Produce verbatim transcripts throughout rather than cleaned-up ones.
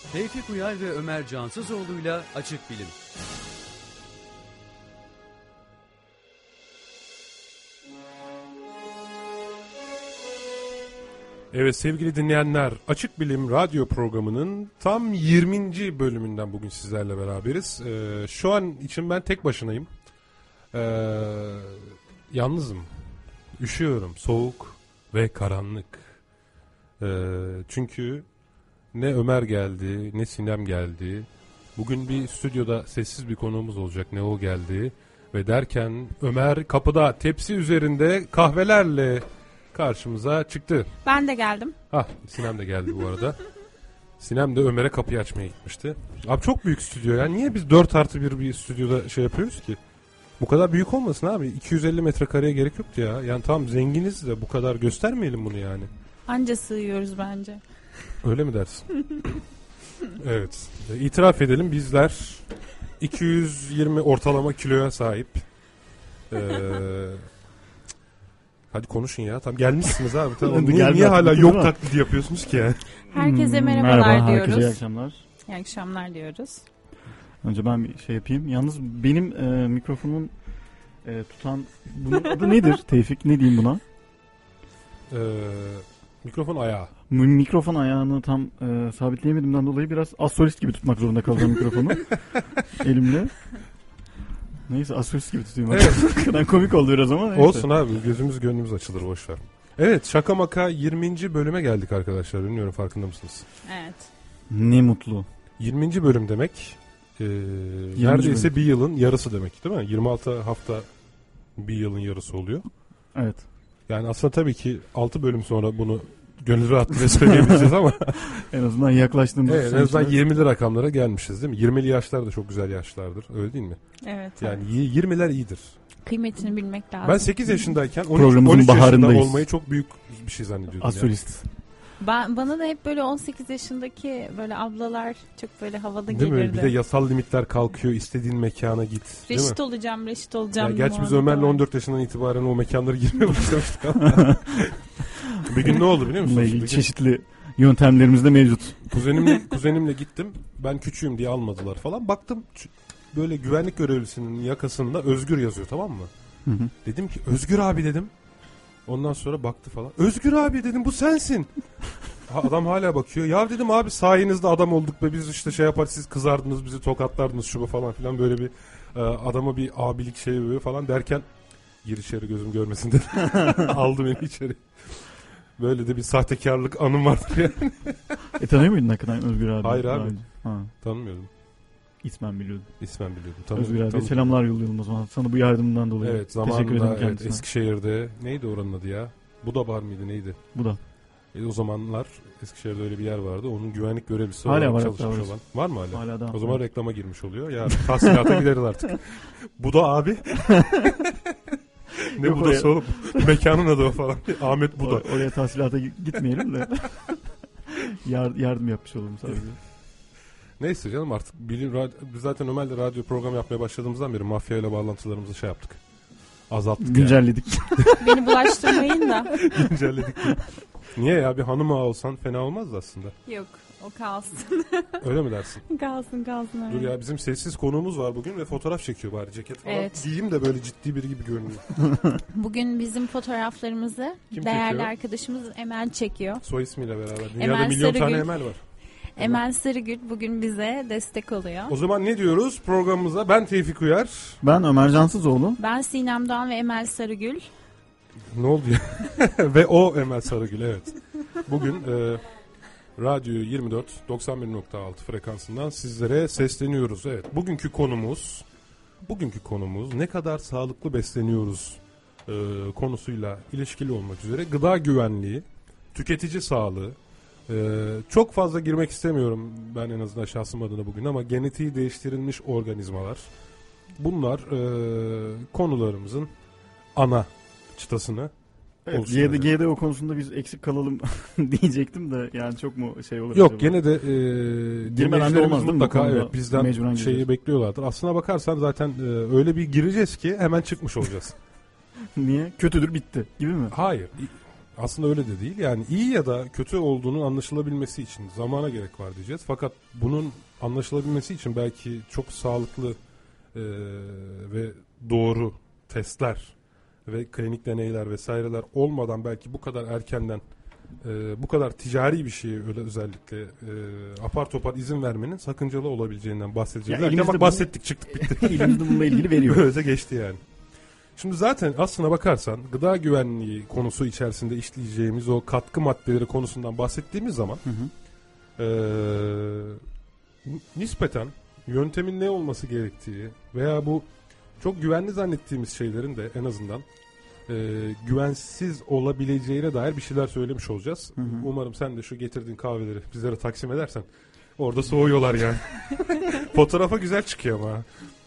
Tevfik Uyar ve Ömer Cansızoğlu'yla Açık Bilim. Evet sevgili dinleyenler, Açık Bilim radyo programının tam yirminci bölümünden bugün sizlerle beraberiz. Ee, şu an için ben tek başınayım. Ee, yalnızım, üşüyorum, soğuk ve karanlık. Ee, çünkü ne Ömer geldi, ne Sinem geldi. Bugün bir stüdyoda sessiz bir konuğumuz olacak, ne o geldi. Ve derken Ömer kapıda tepsi üzerinde kahvelerle karşımıza çıktı. Ben de geldim. Hah, Sinem de geldi bu arada. Sinem de Ömer'e kapıyı açmaya gitmişti. Abi çok büyük stüdyo ya. Niye biz dört artı bir bir stüdyoda şey yapıyoruz ki? Bu kadar büyük olmasın abi. iki yüz elli metrekareye gerek yoktu ya. Yani tamam zenginiz de bu kadar göstermeyelim bunu yani. Anca sığıyoruz bence. Öyle mi dersin? Evet. İtiraf edelim, bizler iki yüz yirmi ortalama kiloya sahip. Eee... Hadi konuşun ya. Tam gelmişsiniz abi. Tamam. niye niye hala yok taklidi yapıyorsunuz ki ya? Herkese Hmm, merhabalar merhaba, diyoruz. Herkese iyi akşamlar. İyi akşamlar diyoruz. Önce ben bir şey yapayım. Yalnız benim e, mikrofonumun e, tutan... Bunun adı nedir Tevfik? Ne diyeyim buna? Ee, mikrofon ayağı. Mikrofon ayağını tam e, sabitleyemediğimden dolayı biraz asolist gibi tutmak zorunda kalacağım mikrofonu. Elimle. Neyse asolist gibi tutayım. Evet. Komik oldu biraz ama neyse. Olsun abi, gözümüz gönlümüz açılır, boşver. Evet, şaka maka yirminci bölüme geldik arkadaşlar. Bilmiyorum farkında mısınız? Evet. Ne mutlu. yirminci bölüm demek e, neredeyse bölüm. Bir yılın yarısı demek değil mi? yirmi altı hafta bir yılın yarısı oluyor. Evet. Yani aslında tabii ki altı bölüm sonra bunu gönül rahatlığıyla söyleyebileceğiz ama en azından yaklaştığımız. Evet, en azından yirmili rakamlara gelmişiz değil mi? yirmili yaşlar da çok güzel yaşlardır. Öyle değil mi? Evet. Yani yirmiler iyidir. Kıymetini bilmek lazım. Ben sekiz yaşındayken on üç, on üç yaşında olmayı çok büyük bir şey zannediyordum. Asolist. Yani. Ben, bana da hep böyle on sekiz yaşındaki böyle ablalar çok böyle havada değil gelirdi. Mi? Bir de yasal limitler kalkıyor. İstediğin mekana git. Reşit olacağım, reşit olacağım. Ya gerçi biz Ömer'le on dört yaşından itibaren o mekanlara girmeye başlamıştık ama. Bir gün ne oldu biliyor musunuz? Gün... Çeşitli yöntemlerimiz de mevcut. Kuzenimle, kuzenimle gittim. Ben küçüğüm diye almadılar falan. Baktım böyle güvenlik görevlisinin yakasında Özgür yazıyor, tamam mı? Hı hı. Dedim ki Özgür abi dedim. Ondan sonra baktı falan. Özgür abi dedim, bu sensin. Adam hala bakıyor. Ya dedim abi sayenizde adam olduk ve biz işte şey yapar, siz kızardınız, bizi tokatlardınız şu falan filan, böyle bir e, adama bir abilik şey böyle falan derken gir içeri gözüm görmesin dedi. Aldı beni içeri. Böyle de bir sahtekarlık anım vardı yani. E tanıyor muydun hakikaten Özgür abi? Hayır abi. Ha. Tanımıyordum. İsmen biliyordum. İsmen biliyordum. Özgür abi selamlar yollayalım o zaman. Sana bu yardımından dolayı. Evet, zamanında evet, Eskişehir'de neydi oranın adı ya? Buda Bar mıydı neydi? Buda. E, o zamanlar Eskişehir'de öyle bir yer vardı. Onun güvenlik görevlisi hala olarak var, çalışmış olan. Var mı hala? Hala da. O zaman reklama girmiş oluyor. Ya tahsilata gideriz artık. Buda abi. Ne Buda'sı oğlum? Mekanın adı o falan. Ahmet Buda. Or- oraya tahsilata gitmeyelim de. Yar- yardım yapmış olalım sadece. Neyse canım artık bilim, biz zaten Ömer'le radyo programı yapmaya başladığımızdan beri mafyayla bağlantılarımızı şey yaptık. Azalttık. Güncelledik. Yani. Beni bulaştırmayın da. Güncelledik. Niye ya, bir hanım ağa olsan fena olmazdı aslında. Yok, o kalsın. Öyle mi dersin? Kalsın kalsın. Dur ya, bizim sessiz konuğumuz var bugün ve fotoğraf çekiyor, bari ceket falan. Evet. Giyeyim de böyle ciddi biri gibi görünüyor. Bugün bizim fotoğraflarımızı kim değerli çekiyor? Arkadaşımız Emel çekiyor. Soy ismiyle beraber. Dünyada Emel milyon Sarıgül. tane Emel var. Emel Sarıgül bugün bize destek oluyor. O zaman ne diyoruz programımıza? Ben Tevfik Uyar. Ben Ömer Cansızoğlu. Ben Sinem Doğan ve Emel Sarıgül. Ne oldu ya? Ve o Emel Sarıgül, evet. Bugün e, Radyo yirmi dört doksan bir nokta altı frekansından sizlere sesleniyoruz. Evet, bugünkü konumuz bugünkü konumuz ne kadar sağlıklı besleniyoruz e, konusuyla ilişkili olmak üzere gıda güvenliği, tüketici sağlığı. Ee, çok fazla girmek istemiyorum ben en azından şahsım adına bugün, ama genetiği değiştirilmiş organizmalar, bunlar e, konularımızın ana çıtasını evet, oluşturuyor. G D O konusunda biz eksik kalalım diyecektim de yani çok mu şey olur? Yok acaba? Gene de e, dinleyicilerimiz mutlaka evet, bizden şeyi bekliyorlardır. Aslına bakarsan zaten e, öyle bir gireceğiz ki hemen çıkmış olacağız. Niye? Kötüdür bitti gibi mi? Hayır. aslında öyle de değil. Yani iyi ya da kötü olduğunun anlaşılabilmesi için zamana gerek var diyeceğiz. Fakat bunun anlaşılabilmesi için belki çok sağlıklı e, ve doğru testler ve klinik deneyler vesaireler olmadan belki bu kadar erkenden e, bu kadar ticari bir şeye öyle özellikle e, apar topar izin vermenin sakıncalı olabileceğinden bahsedeceğiz. Ya Bak bunu, bahsettik çıktık bitti. elimizde bununla ilgili veriyor. Böylece geçti yani. Şimdi zaten aslına bakarsan gıda güvenliği konusu içerisinde işleyeceğimiz o katkı maddeleri konusundan bahsettiğimiz zaman Hı hı. e, nispeten yöntemin ne olması gerektiği veya bu çok güvenli zannettiğimiz şeylerin de en azından e, güvensiz olabileceğine dair bir şeyler söylemiş olacağız. Hı hı. Umarım sen de şu getirdiğin kahveleri bizlere taksim edersen. Orada soğuyorlar yani. Fotoğrafa güzel çıkıyor ama.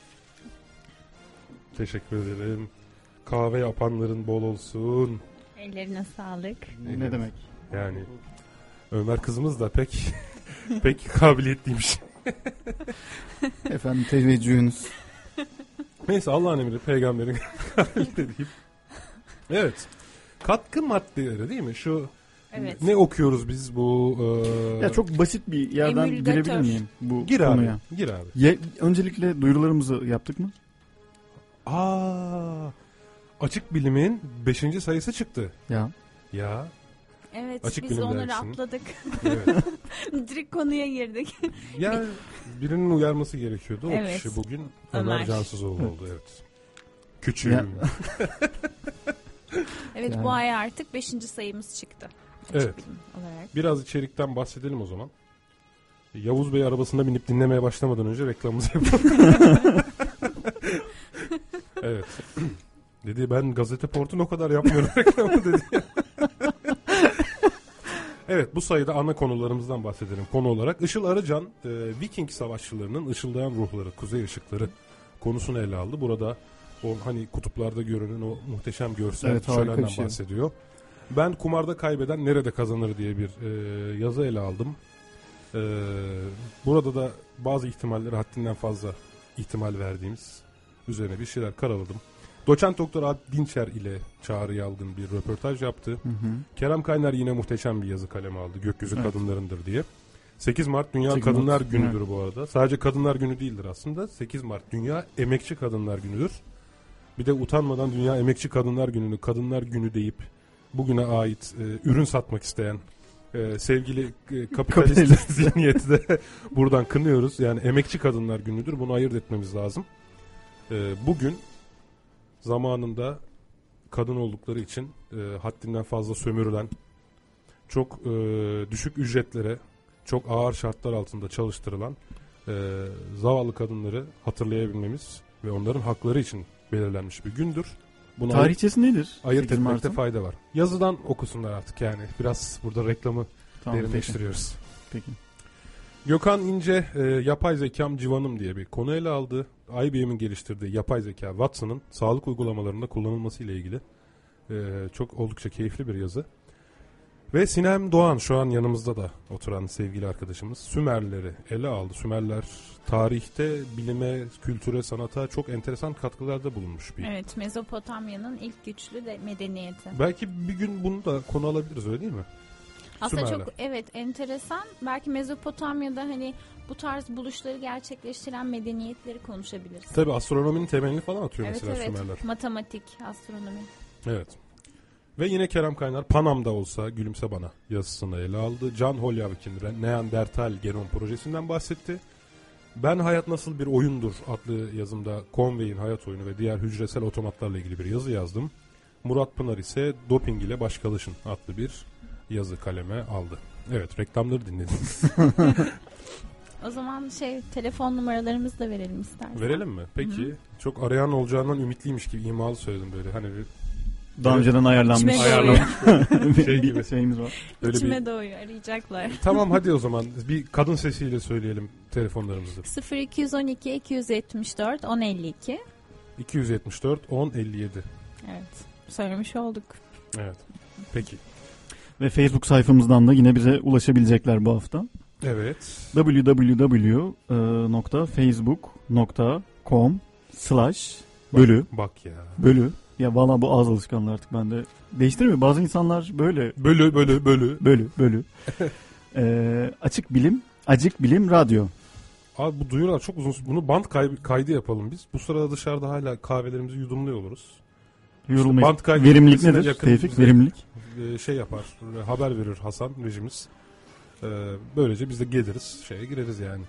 Teşekkür ederim. Kahve yapanların bol olsun. Ellerine sağlık. Ne demek? Yani Ömer kızımız da pek pek kabiliyetliymiş. Efendim teveccühünüz. Neyse Allah'ın emri peygamberin kabiliyeti deyip. Evet. Katkı maddeleri değil mi? Şu Evet. ne okuyoruz biz bu? E... Ya çok basit bir yerden Emülgatör. girebilir miyim bu Gir konuya? abi. Gir abi. Ye, öncelikle duyurularımızı yaptık mı? Aa, Açık Bilim'in beşinci sayısı çıktı. Ya. Ya. Evet, Açık biz Bilim onları Dergisi'nin. atladık. Evet. Direkt konuya girdik. Ya birinin uyarması gerekiyordu. O Evet. kişi bugün Ömer, Ömer. Cansızoğlu oldu. Evet. Küçüğüm. Ya. Evet, Yani. bu ay artık beşinci sayımız çıktı. Açık Evet. bilim olarak. Biraz içerikten bahsedelim o zaman. Yavuz Bey arabasına binip dinlemeye başlamadan önce reklamımızı yapalım. Evet. Dedi ben gazete portun o kadar yapmıyorum reklamı dedi. Evet, bu sayıda ana konularımızdan bahsedelim. Konu olarak Işıl Arıcan e, Viking savaşçılarının ışıldayan ruhları, kuzey ışıkları konusunu ele aldı. Burada o hani kutuplarda görünen o muhteşem görsel Evet, harika şölenden bir şey. bahsediyor. Ben kumarda kaybeden nerede kazanır diye bir e, yazı ele aldım. E, burada da bazı ihtimalleri haddinden fazla ihtimal verdiğimiz üzerine bir şeyler karaladım. Doçent Doktor Alp Dinçer ile Çağrı Yalgın bir röportaj yaptı. Hı hı. Kerem Kaynar yine muhteşem bir yazı kaleme aldı. Gökyüzü Evet. kadınlarındır diye. sekiz Mart Dünya sekiz Kadınlar Mart, Günü'dür evet. bu arada. Sadece Kadınlar Günü değildir aslında. sekiz Mart Dünya Emekçi Kadınlar Günü'dür. Bir de utanmadan Dünya Emekçi Kadınlar Günü'nü Kadınlar Günü deyip bugüne ait e, ürün satmak isteyen e, sevgili e, kapitalist zihniyeti de buradan kınıyoruz. Yani Emekçi Kadınlar Günü'dür. Bunu ayırt etmemiz lazım. E, bugün zamanında kadın oldukları için e, haddinden fazla sömürülen, çok e, düşük ücretlere, çok ağır şartlar altında çalıştırılan e, zavallı kadınları hatırlayabilmemiz ve onların hakları için belirlenmiş bir gündür. Bunu Tarihçesi nedir? ayırt sekiz etmekte Mart'ın? fayda var. Yazıdan okusunlar artık yani. Biraz burada reklamı Tamam, derinleştiriyoruz. Peki. peki. Gökhan İnce e, yapay zekam civanım diye bir konu ele aldı. I B M'in geliştirdiği yapay zeka Watson'ın sağlık uygulamalarında kullanılması ile ilgili e, çok oldukça keyifli bir yazı. Ve Sinem Doğan şu an yanımızda da oturan sevgili arkadaşımız Sümerleri ele aldı. Sümerler tarihte, bilime, kültüre, sanata çok enteresan katkılarda bulunmuş bir. Evet, Mezopotamya'nın ilk güçlü de medeniyeti. Belki bir gün bunu da konu alabiliriz, öyle değil mi? Aslında Sümerler. çok evet enteresan. Belki Mezopotamya'da hani bu tarz buluşları gerçekleştiren medeniyetleri konuşabiliriz. Tabii astronominin temelini falan atıyor Evet mesela evet. Sümerler. Matematik, astronomi. Evet. Ve yine Kerem Kaynar Panam'da olsa gülümse bana yazısını ele aldı. Can Holyavik'in Neandertal Genom projesinden bahsetti. Ben Hayat Nasıl Bir Oyundur adlı yazımda Conway'in hayat oyunu ve diğer hücresel otomatlarla ilgili bir yazı yazdım. Murat Pınar ise Doping ile Başkalışın adlı bir yazı kaleme aldı. Evet, reklamları dinlediniz. O zaman şey telefon numaralarımızı da verelim istersen. Verelim mi? Peki. Hı-hı. Çok arayan olacağından ümitliymiş gibi imalı söyledim böyle. Hani bir Daha evet. önceden ayarlanmış. İçime Ayarlanmış. şey gibi. Şeyimiz var. Öyle İçime bir... doğuyor, arayacaklar. Tamam hadi o zaman bir kadın sesiyle söyleyelim telefonlarımızı. sıfır iki yüz on iki iki yüz yetmiş dört on elli iki. iki yüz yetmiş dört on elli yedi. Evet. Söylemiş olduk. Evet. Peki. Ve Facebook sayfamızdan da yine bize ulaşabilecekler bu hafta. Evet. double-u double-u double-u nokta facebook nokta com slash bölü Bak ya. bölü Ya valla bu ağız alışkanlığı artık bende. Değiştirmiyor. Bazı insanlar böyle. Bölü bölü bölü. Bölü bölü. ee, açık bilim, acık bilim radyo. Abi bu duyurular çok uzun. Bunu band kay- kaydı yapalım biz. Bu sırada dışarıda hala kahvelerimizi yudumluyor oluruz. Yorulmayı. İşte band kaydı verimlilik nedir? yakın Tevfik bize, verimlilik. e, şey yapar. Haber verir Hasan rejimiz. E, böylece biz de geliriz. Şeye gireriz yani.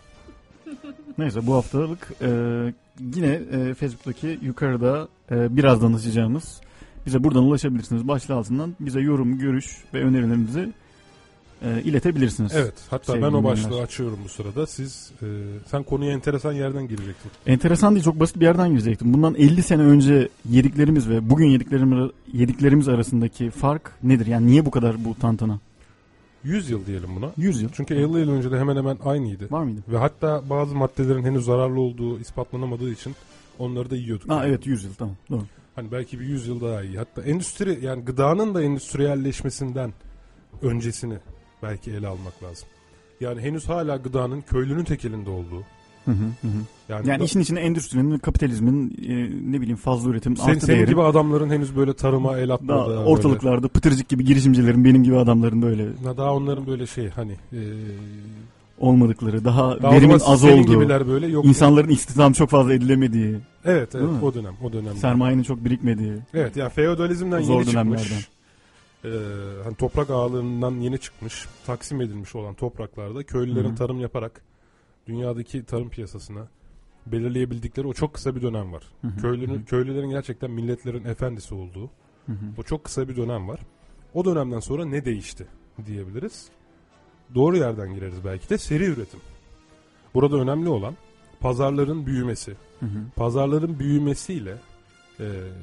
Neyse bu haftalık e, yine e, Facebook'taki yukarıda e, birazdan açacağımız, bize buradan ulaşabilirsiniz. Başlığı altından bize yorum, görüş ve önerilerinizi e, iletebilirsiniz. Evet. Hatta Sevgili ben o başlığı dinleyenler. açıyorum bu sırada. Siz e, sen konuya enteresan yerden girecektin. Enteresan değil, çok basit bir yerden girecektim. Bundan elli sene önce yediklerimiz ve bugün yediklerimiz, yediklerimiz arasındaki fark nedir? Yani niye bu kadar bu tantana? yüz yıl diyelim buna. yüz yıl. Çünkü elli yıl önce de hemen hemen aynıydı. Var mıydı? Ve hatta bazı maddelerin henüz zararlı olduğu ispatlanamadığı için onları da yiyorduk. Aa, evet yüz yıl, tamam, doğru. Hani belki bir yüz yıl daha iyi. Hatta endüstri, yani gıdanın da endüstriyelleşmesinden öncesini belki ele almak lazım. Yani henüz hala gıdanın köylünün tek elinde olduğu. Hı hı hı. Yani, Yani da, işin içine endüstrinin, kapitalizmin, e, ne bileyim fazla üretim, sen, artı senin değeri. gibi adamların henüz böyle tarıma el atmadığı. Daha böyle- ortalıklarda pıtırcık gibi girişimcilerin, benim gibi adamların böyle Daha onların böyle şey hani e, olmadıkları, daha, daha verimin o zaman az senin olduğu, gibiler böyle yok. insanların istihdam çok fazla edilemediği, Evet, Değil evet mi? o dönem, o dönem. sermayenin çok birikmediği. Evet, yani feodalizmden Zor yeni dönemlerden. çıkmış. E, hani toprak ağlarından yeni çıkmış, taksim edilmiş olan topraklarda köylülerin Hı hı. tarım yaparak dünyadaki tarım piyasasına belirleyebildikleri o çok kısa bir dönem var. Hı hı, Köylünün, hı hı, köylülerin gerçekten milletlerin efendisi olduğu hı hı. o çok kısa bir dönem var. O dönemden sonra ne değişti diyebiliriz. Doğru yerden gireriz belki de, seri üretim. Burada önemli olan pazarların büyümesi. Hı hı. Pazarların büyümesiyle e,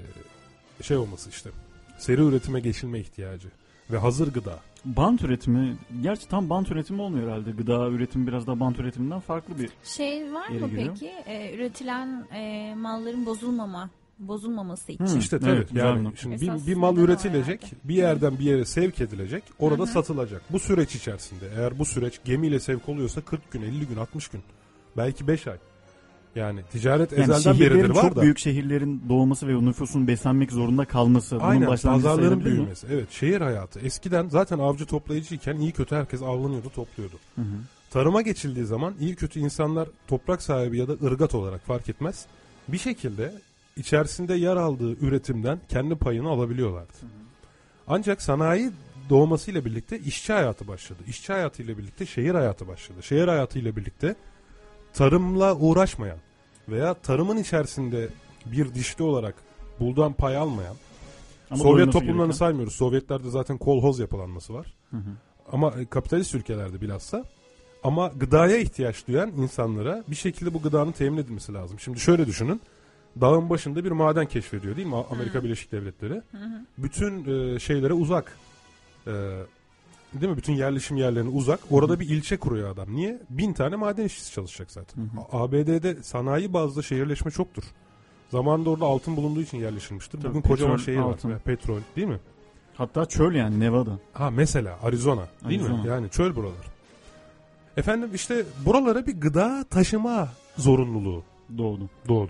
şey olması işte. Seri üretime geçilme ihtiyacı ve hazır gıda. Bant üretimi, gerçi tam bant üretimi olmuyor herhalde. Gıda üretimi biraz daha bant üretiminden farklı bir. Şey var Yere mı giriyor. peki? Ee, üretilen e, malların bozulmama, bozulmaması için. Hı. İşte tabii Evet, güzel bir yani nokta. şimdi Esas bir, bir mal neden o üretilecek, herhalde. bir yerden bir yere sevk edilecek, orada Hı hı. satılacak. Bu süreç içerisinde eğer bu süreç gemiyle sevk oluyorsa kırk gün, elli gün, altmış gün, belki beş ay. Yani ticaret Yani ezelden şehirlerin, beridir var çok da. büyük şehirlerin doğması ve o nüfusun beslenmek zorunda kalması. Bunun Aynen, başlangıcı pazarların sayılabilir mi? büyümesi. Evet, şehir hayatı. Eskiden zaten avcı toplayıcıyken iyi kötü herkes avlanıyordu, topluyordu. Hı hı. Tarıma geçildiği zaman iyi kötü insanlar toprak sahibi ya da ırgat olarak fark etmez, bir şekilde içerisinde yer aldığı üretimden kendi payını alabiliyorlardı. Hı hı. Ancak sanayi doğmasıyla birlikte işçi hayatı başladı. İşçi hayatıyla birlikte şehir hayatı başladı. Şehir hayatıyla birlikte tarımla uğraşmayan veya tarımın içerisinde bir dişli olarak buldan pay almayan, Ama Sovyet doyması toplumlarını gereken. saymıyoruz. Sovyetlerde zaten kolhoz yapılanması var. Hı hı. Ama e, kapitalist ülkelerde bilhassa, ama gıdaya ihtiyaç duyan insanlara bir şekilde bu gıdanın temin edilmesi lazım. Şimdi şöyle düşünün. Dağın başında bir maden keşfediyor değil mi Amerika Hı. Birleşik Devletleri? Hı hı. Bütün e, şeylere uzak. E, değil mi? Bütün yerleşim yerlerine uzak. Orada bir ilçe kuruyor adam. Niye? Bin tane maden işçisi çalışacak zaten. Hı hı. A- ABD'de sanayi bazlı şehirleşme çoktur. Zamanında orada altın bulunduğu için yerleşilmiştir. Tabii, Bugün kocaman petrol, şehir altın. var. Petrol değil mi? Hatta çöl, yani Nevada. Ha mesela Arizona değil mi? Arizona. Yani çöl buralar. Efendim işte buralara bir gıda taşıma zorunluluğu Doğdu. doğdu.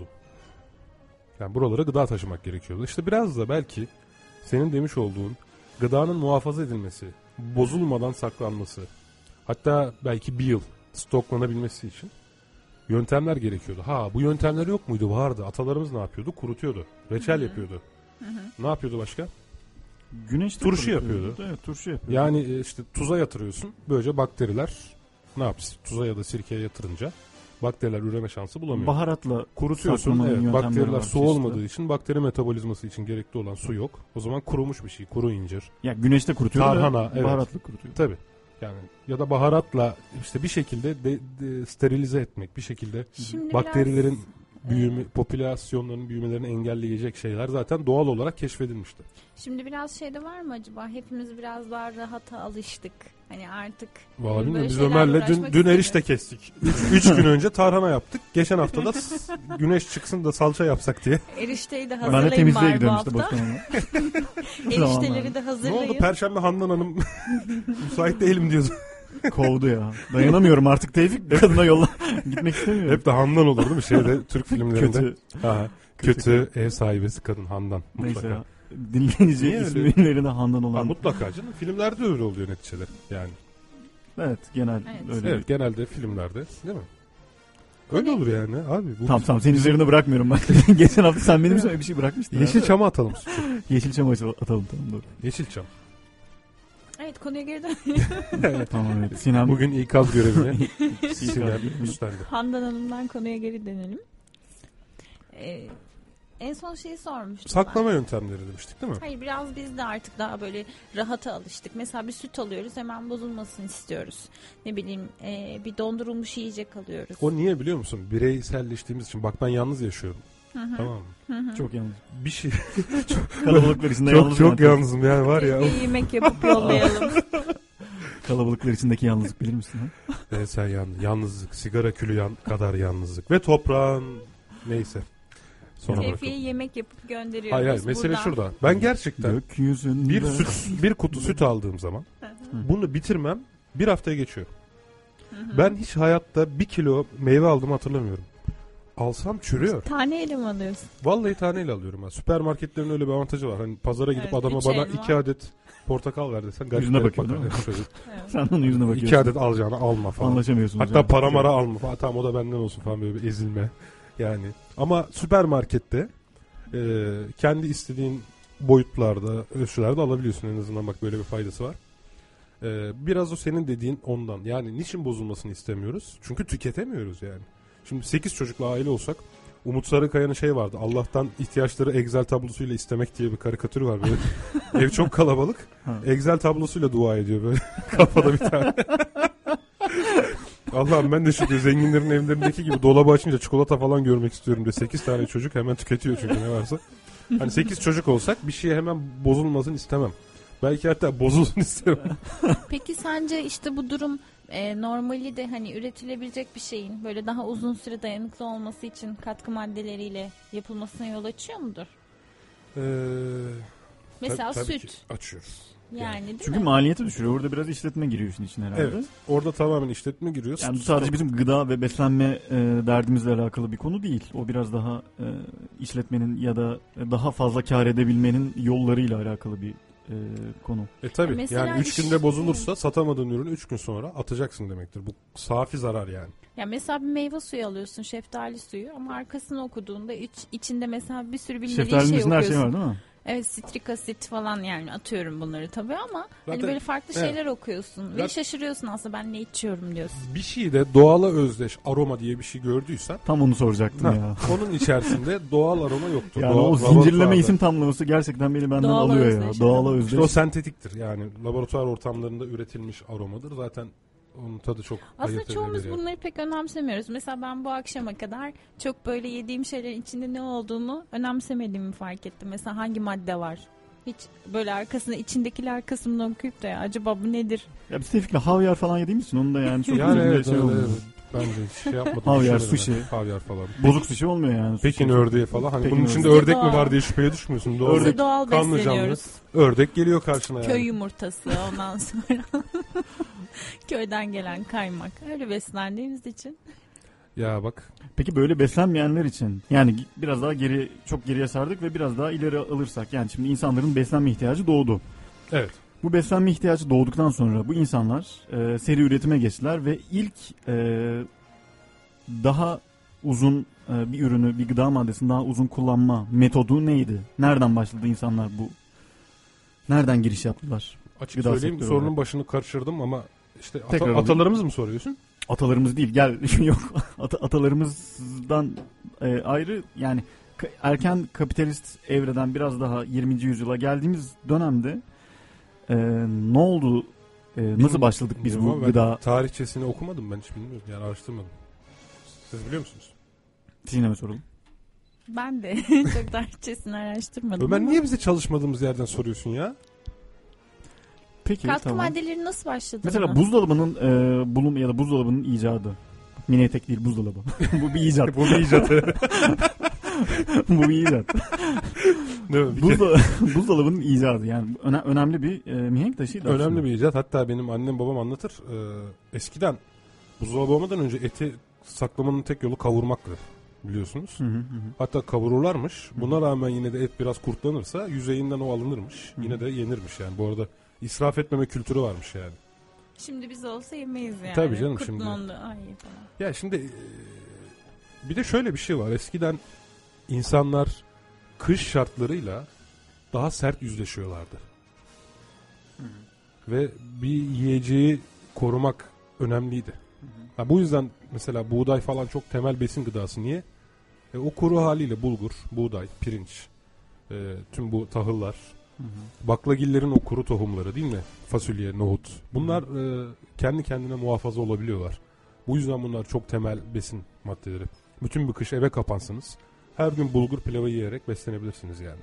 Yani buralara gıda taşımak gerekiyordu. İşte biraz da belki senin demiş olduğun gıdanın muhafaza edilmesi, bozulmadan saklanması, hatta belki bir yıl stoklanabilmesi için yöntemler gerekiyordu. Ha bu yöntemler yok muydu? Vardı. Atalarımız ne yapıyordu? Kurutuyordu. Reçel Hı hı. yapıyordu. Hı hı. Ne yapıyordu başka? Güneşte Turşu kurutuyordu. yapıyordu. Evet, turşu yapıyordu. Yani e, işte tuza yatırıyorsun. Böylece bakteriler ne yapsın? Tuza ya da sirkeye yatırınca bakteriler üreme şansı bulamıyor. Baharatla Kurutuyorsun. saklamanın Evet, yöntemleri bakteriler var su çeşitli. olmadığı için bakteri metabolizması için gerekli olan su yok. O zaman kurumuş bir şey. Kuru incir. ya güneşte kurutuyordu. Tarhana, da evet. Baharatla kurutuyordu. Tabii. Yani ya da baharatla işte bir şekilde de, de sterilize etmek, bir şekilde Şimdi bakterilerin biraz, büyümü, e, popülasyonların büyümelerini engelleyecek şeyler zaten doğal olarak keşfedilmişti. Şimdi biraz şeyde var mı acaba? Hepimiz biraz daha rahata alıştık. Hani artık Vallahi böyle bilmiyorum, biz şeylerle Ömer'le dün, uğraşmak dün erişte istemiyorum. kestik. Üç, üç gün önce tarhana yaptık. Geçen hafta da s- güneş çıksın da salça yapsak diye. Erişteyi de Ben de hazırlayın temizliğe bari bu gidiyorum işte hafta. başkanıma. Erişteleri de Ne hazırlayın. oldu? Perşembe Handan Hanım müsait değilim diyordu. Kovdu ya. Dayanamıyorum artık Tevfik. Kadına yolla. Gitmek istemiyorum. Hep de Handan olur değil mi? Şeyde Türk filmlerinde. Kötü. Aha. Kötü ev sahibesi kadın Handan mutlaka. Neyse. Dinleyici Niye öyle? isimlerine Handan olan. Ha, mutlaka canım. Filmlerde öyle oluyor neticede yani. Evet genel Evet. öyle. Evet genelde filmlerde değil mi? Öyle olur yani abi. Bu Tamam tamam senin üzerine bırakmıyorum bak. Geçen hafta sen benim üzerine bir şey bırakmıştın. Yeşilçam'a atalım. Yeşilçam'a atalım tamam doğru. Yeşilçam. Evet, konuya geri dön. Tamam evet. Sinan Bugün ikaz görevini İkaz Sinan görevi. üstlendi. Handan Hanım'dan konuya geri dönelim. Ee, en son şeyi sormuştum Saklama ben. yöntemleri demiştik değil mi? Hayır, biraz biz de artık daha böyle rahata alıştık. Mesela bir süt alıyoruz, hemen bozulmasını istiyoruz. Ne bileyim e, bir dondurulmuş yiyecek alıyoruz. O niye biliyor musun? Bireyselleştiğimiz için. Bak ben yalnız yaşıyorum. Hı hı. Tamam mı? Hı hı. çok yalnız. Bir şey Kalabalıklar içinde çok yalnız. çok yani. yalnızım yani var ya. Keşke yemek yapıp yollayalım. Kalabalıklar içindeki yalnızlık bilir misin? Ha? Evet, sen yalnız, yalnızlık, sigara külü yan, kadar yalnızlık ve toprağın neyse. Sonra Seyfi'ye bırakalım. yemek yapıp gönderiyoruz. Hayır hayır mesele buradan. şurada. Ben gerçekten Gökyüzünde. bir süt bir kutu süt aldığım zaman bunu bitirmem bir haftaya geçiyor. Ben hiç hayatta bir kilo meyve aldığımı hatırlamıyorum. Alsam çürüyor. Taneyle mi alıyorsun? Vallahi taneyle alıyorum ben. Süpermarketlerin öyle bir avantajı var. Hani pazara gidip Evet, adama üç bana elma. iki adet portakal ver desen garip Yüzüne garip bakıyor, bakar. değil mi? Şöyle, Evet. Sen onun yüzüne bakıyorsun. iki adet alacağını alma falan. Anlaşamıyorsunuz. Hatta yani. para mara alma falan. Tamam o da benden olsun falan, böyle bir ezilme. Yani ama süpermarkette e, kendi istediğin boyutlarda, ölçülerde alabiliyorsun en azından, bak böyle bir faydası var. E, biraz o senin dediğin ondan. Yani niçin bozulmasını istemiyoruz? Çünkü tüketemiyoruz yani. Şimdi sekiz çocuklu aile olsak, Umut Sarıkaya'nın şey vardı. Allah'tan ihtiyaçları Excel tablosuyla istemek diye bir karikatür var böyle. Ev çok kalabalık. Ha. Excel tablosuyla dua ediyor böyle. Kafada bir tane. Allah'ım ben de şu zenginlerin evlerindeki gibi dolabı açınca çikolata falan görmek istiyorum diye. sekiz tane çocuk hemen tüketiyor çünkü ne varsa. Hani sekiz çocuk olsak bir şey hemen bozulmasın istemem. Belki hatta bozulsun isterim. Peki sence işte bu durum e, normali de hani üretilebilecek bir şeyin böyle daha uzun süre dayanıklı olması için katkı maddeleriyle yapılmasına yol açıyor mudur? Ee, Mesela tabii, tabii süt. ki açıyoruz. Yani değil Çünkü mi? maliyeti düşürüyor. Orada biraz işletme giriyor işin içine herhalde. Evet. Orada tamamen işletme giriyor. Yani bu sadece bizim gıda ve beslenme e, derdimizle alakalı bir konu değil. O biraz daha e, işletmenin ya da daha fazla kar edebilmenin yollarıyla alakalı bir e, konu. E tabi Mesela yani üç iş- günde bozulursa satamadığın ürünü üç gün sonra atacaksın demektir. Bu safi zarar yani. Ya mesela bir meyve suyu alıyorsun, şeftali suyu, ama arkasını okuduğunda iç, içinde mesela bir sürü bilmediğin Şeftalinin şey içinde her okuyorsun. şey var değil mi? Evet, sitrik asit falan, yani atıyorum bunları tabii ama hani Zaten- böyle farklı evet. şeyler okuyorsun ve Zaten- şaşırıyorsun aslında, ben ne içiyorum diyorsun. Bir şeyde doğala özdeş aroma diye bir şey gördüysen, Tam onu soracaktım ha, ya. onun içerisinde doğal aroma yoktur. Yani Doğal- o zincirleme laboratuvarda- isim tamlaması gerçekten beni benden Doğala alıyor ya. özdeş. Doğala İşte özdeş. İşte o sentetiktir yani laboratuvar ortamlarında üretilmiş aromadır. Zaten onun tadı çok Aslında ayırt çoğumuz edilebilir yani. bunları pek önemsemiyoruz. Mesela ben bu akşama kadar çok böyle yediğim şeylerin içinde ne olduğunu önemsemediğimi fark ettim. Mesela hangi madde var? Hiç böyle arkasında, içindekiler kısmını okuyup da ya acaba bu nedir? Ya biz Tevfik'le havyar falan yediğimiz için onu da yani çok Yani üzerinde evet, şey evet, olmuyor. evet. Ben de hiç şey yapmadım. Havyar, düşünmedim sushi. yani. Havyar falan. Bozuk sushi olmuyor yani. Pekin Sushi. ördeği falan. Hani Pekin bunun içinde ördeği. ördek mi Doğal. var diye şüpheye düşmüyorsun. Doğal, Biz de doğal kanlı canlı. besleniyoruz. Ördek geliyor karşına yani. Köy yumurtası, ondan sonra köyden gelen kaymak. Öyle beslendiğimiz için. Ya bak. Peki böyle beslenmeyenler için yani biraz daha geri çok geriye sardık ve biraz daha ileri alırsak yani şimdi insanların beslenme ihtiyacı doğdu. Evet. Bu beslenme ihtiyacı doğduktan sonra bu insanlar e, seri üretime geçtiler ve ilk e, daha uzun e, bir ürünü, bir gıda maddesini daha uzun kullanma metodu neydi? Nereden başladı insanlar bu? Nereden giriş yaptılar? Açık Gıda söyleyeyim sektörü sorunun olarak. başını karıştırdım ama işte ata- Tekrar alayım. atalarımız mı soruyorsun? Atalarımız değil, gel yok. Ata- atalarımızdan e, ayrı yani ka- erken kapitalist evreden biraz daha yirminci yüzyıla geldiğimiz dönemde e, ne oldu? E, nasıl Bilmiyorum. başladık biz Bilmiyorum bu ama ben gıda tarihçesini okumadım, ben hiç bilmiyorum. Yani araştırmadım. Siz biliyor musunuz? Sinem'e soralım. Ben de çok tarihçesini araştırmadım. Ömer ama niye bize çalışmadığımız yerden soruyorsun ya? Peki katkı tamam. maddeleri nasıl başladı? Mesela buna? buzdolabının e, bulunma ya da buzdolabının icadı. Mini etek değil, buzdolabı. Bu bir icat. Bu bir icatı. Bu bir icat. Değil mi? Bir kere- Buzdo buzdolabının icadı yani öne- önemli bir e, mihenk taşıydı aslında. Önemli bir icat. Hatta benim annem babam anlatır. Ee, eskiden buzdolabı olmadan önce eti saklamanın tek yolu kavurmaktı. biliyorsunuz. Hı hı hı. Hatta kavururlarmış. Buna rağmen yine de et biraz kurtlanırsa yüzeyinden o alınırmış. Hı. Yine de yenirmiş yani. Bu arada israf etmeme kültürü varmış yani. Şimdi biz olsa yemeyiz yani. Tabii canım, Kurtlandı, şimdi. ay falan. Ya şimdi e, bir de şöyle bir şey var. Eskiden insanlar kış şartlarıyla daha sert yüzleşiyorlardı. Hı hı. Ve bir yiyeceği korumak önemliydi. Hı hı. Ha, bu yüzden mesela buğday falan çok temel besin gıdası. Niye? E, o kuru haliyle bulgur, buğday, pirinç, e, tüm bu tahıllar, Hı hı. baklagillerin o kuru tohumları değil mi? Fasulye, nohut. Bunlar e, kendi kendine muhafaza olabiliyorlar. Bu yüzden bunlar çok temel besin maddeleri. Bütün bir kış eve kapansanız her gün bulgur pilavı yiyerek beslenebilirsiniz yani.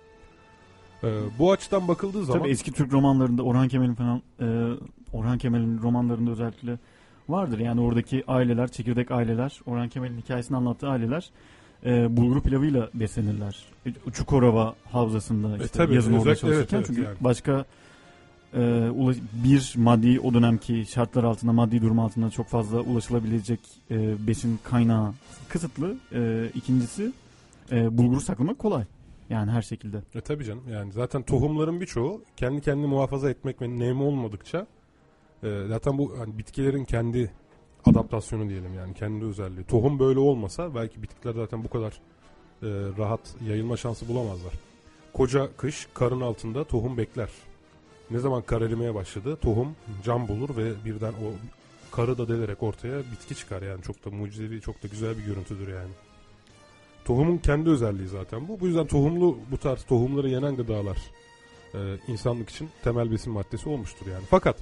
E, bu açıdan bakıldığı zaman... Tabii eski Türk romanlarında Orhan Kemal'in falan e, Orhan Kemal'in romanlarında özellikle vardır. Yani oradaki aileler, çekirdek aileler, Orhan Kemal'in hikayesini anlattığı aileler e, bulgur pilavıyla beslenirler. E, Çukurova havzasında işte E, tabii, yazın orada özellikle çalışırken. evet, evet, çünkü yani. başka e, ulaş- bir maddi o dönemki şartlar altında, maddi durum altında çok fazla ulaşılabilecek e, besin kaynağı kısıtlı. E, ikincisi e, bulguru saklamak kolay. Yani her şekilde. E tabii canım, yani zaten tohumların birçoğu kendi kendini muhafaza etmek ve nemi olmadıkça e, zaten bu hani bitkilerin kendi adaptasyonu diyelim, yani kendi özelliği. Tohum böyle olmasa belki bitkiler zaten bu kadar e, rahat yayılma şansı bulamazlar. Koca kış karın altında tohum bekler. Ne zaman kar erimeye başladı tohum can bulur ve birden o karı da delerek ortaya bitki çıkar. Yani çok da mucizevi, çok da güzel bir görüntüdür yani. Tohumun kendi özelliği zaten bu. Bu yüzden tohumlu, bu tarz tohumları yenen gıdalar e, insanlık için temel besin maddesi olmuştur yani. Fakat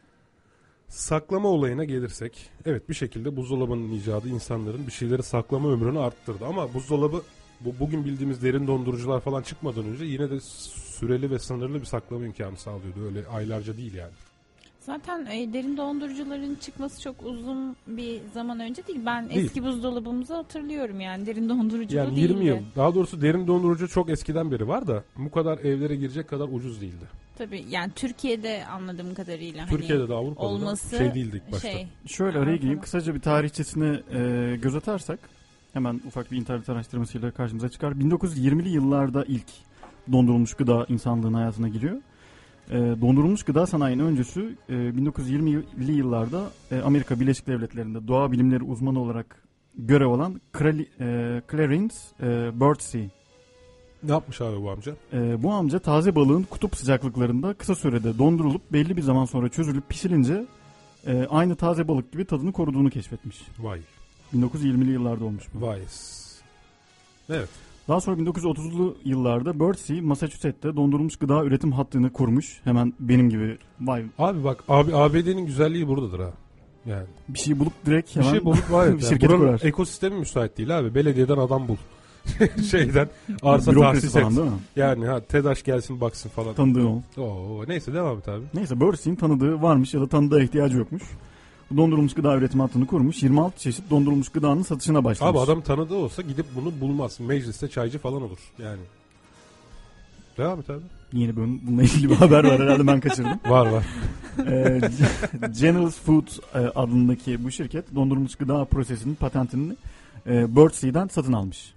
saklama olayına gelirsek, evet bir şekilde buzdolabının icadı insanların bir şeyleri saklama ömrünü arttırdı. Ama buzdolabı, bu bugün bildiğimiz derin dondurucular falan çıkmadan önce yine de süreli ve sınırlı bir saklama imkanı sağlıyordu. Öyle aylarca değil yani. Zaten e, derin dondurucuların çıkması çok uzun bir zaman önce değil. Ben Değil. eski buzdolabımızı hatırlıyorum yani. Derin dondurucu da Yani değildi. yirmi yıl. Daha doğrusu derin dondurucu çok eskiden beri var da bu kadar evlere girecek kadar ucuz değildi. Tabii yani Türkiye'de anladığım kadarıyla. Türkiye'de hani de Avrupa'da olması da şey değildi ilk başta. Şey, Şöyle Aa, araya gireyim. tamam. Kısaca bir tarihçesine e, göz atarsak hemen ufak bir internet araştırmasıyla karşımıza çıkar. bin dokuz yüz yirmili yıllarda ilk dondurulmuş gıda insanlığın hayatına giriyor. E, dondurulmuş gıda sanayinin öncüsü e, bin dokuz yüz yirmili yıllarda e, Amerika Birleşik Devletleri'nde doğa bilimleri uzmanı olarak görev alan Crali, e, Clarence e, Birdsey. Ne yapmış abi bu amca? E, bu amca taze balığın kutup sıcaklıklarında kısa sürede dondurulup belli bir zaman sonra çözülüp pişirince e, aynı taze balık gibi tadını koruduğunu keşfetmiş. Vay. bin dokuz yüz yirmili yıllarda olmuş bu. Vay. Evet. Daha sonra bin dokuz yüz otuzlu yıllarda Birdsey Massachusetts'te dondurulmuş gıda üretim hattını kurmuş. Hemen benim gibi vay Abi bak abi A B D'nin güzelliği buradadır ha. Yani bir şey bulup direkt bir hemen şey bulup var ya. bir Yani şirketi buranın kurar. ekosistemi müsait değil abi. Belediyeden adam bul. Şeyden arsa Bürokrasi tahsis et. falan değil mi? Yani ha TEDAŞ gelsin baksın falan. Tanıdığın ol. Oo, neyse devam et abi. Neyse Birdsey'in tanıdığı varmış ya da tanıdığa ihtiyacı yokmuş. Bu dondurulmuş gıda üretim hattını kurmuş. yirmi altı çeşit dondurulmuş gıdanın satışına başlamış. Abi adam tanıdığı olsa gidip bunu bulmaz. Mecliste çaycı falan olur yani. Devam et abi. Yeni bölüm bununla ilgili bir haber var herhalde ben kaçırdım. Var var. Ee, General Food e, adındaki bu şirket dondurulmuş gıda prosesinin patentini e, Birdsey'den satın almış.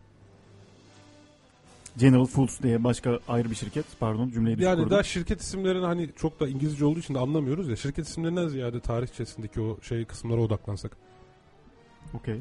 General Foods diye başka ayrı bir şirket. Pardon cümleyi düşük Yani kurdum. daha şirket isimlerini hani çok da İngilizce olduğu için de anlamıyoruz ya. Şirket isimlerinden ziyade tarihçesindeki o şey kısımlara odaklansak. Okey.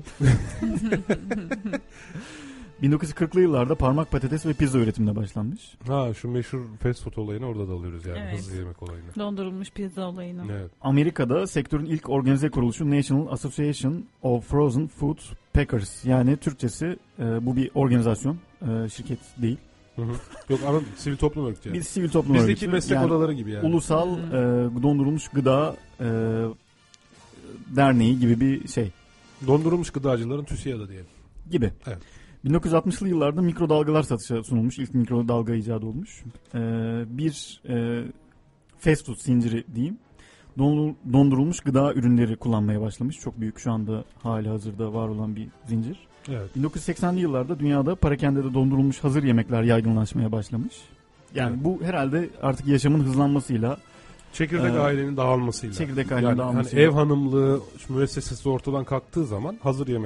bin dokuz yüz kırklı yıllarda parmak patates ve pizza üretimine başlanmış. Ha şu meşhur fast food olayını orada da alıyoruz yani. Evet. Hızlı yemek olayını. dondurulmuş pizza olayını. Evet. Amerika'da sektörün ilk organize kuruluşu National Association of Frozen Food Packers. Yani Türkçesi e, bu bir organizasyon, e, şirket değil. Hı hı. Yok ama sivil toplum örgütü yani. Bir sivil toplum Bizdeki örgütü. meslek Yani odaları gibi yani. Ulusal e, dondurulmuş gıda e, derneği gibi bir şey Dondurulmuş gıdacıların TÜSİAD'ı diyelim. gibi. Evet. bin dokuz yüz altmışlı yıllarda mikrodalgalar satışa sunulmuş. İlk mikrodalga icadı olmuş. E, bir e, fast food zinciri diyeyim. Dondurulmuş gıda ürünleri kullanmaya başlamış. Çok büyük şu anda hali hazırda var olan bir zincir. Evet. bin dokuz yüz seksenli yıllarda dünyada parakendede dondurulmuş hazır yemekler yaygınlaşmaya başlamış. Yani Evet. bu herhalde artık yaşamın hızlanmasıyla, Çekirdek Ee, ailenin dağılmasıyla. çekirdek ailenin yani dağılmasıyla. Hani ev hanımlığı müessesesi ortadan kalktığı zaman hazır yemek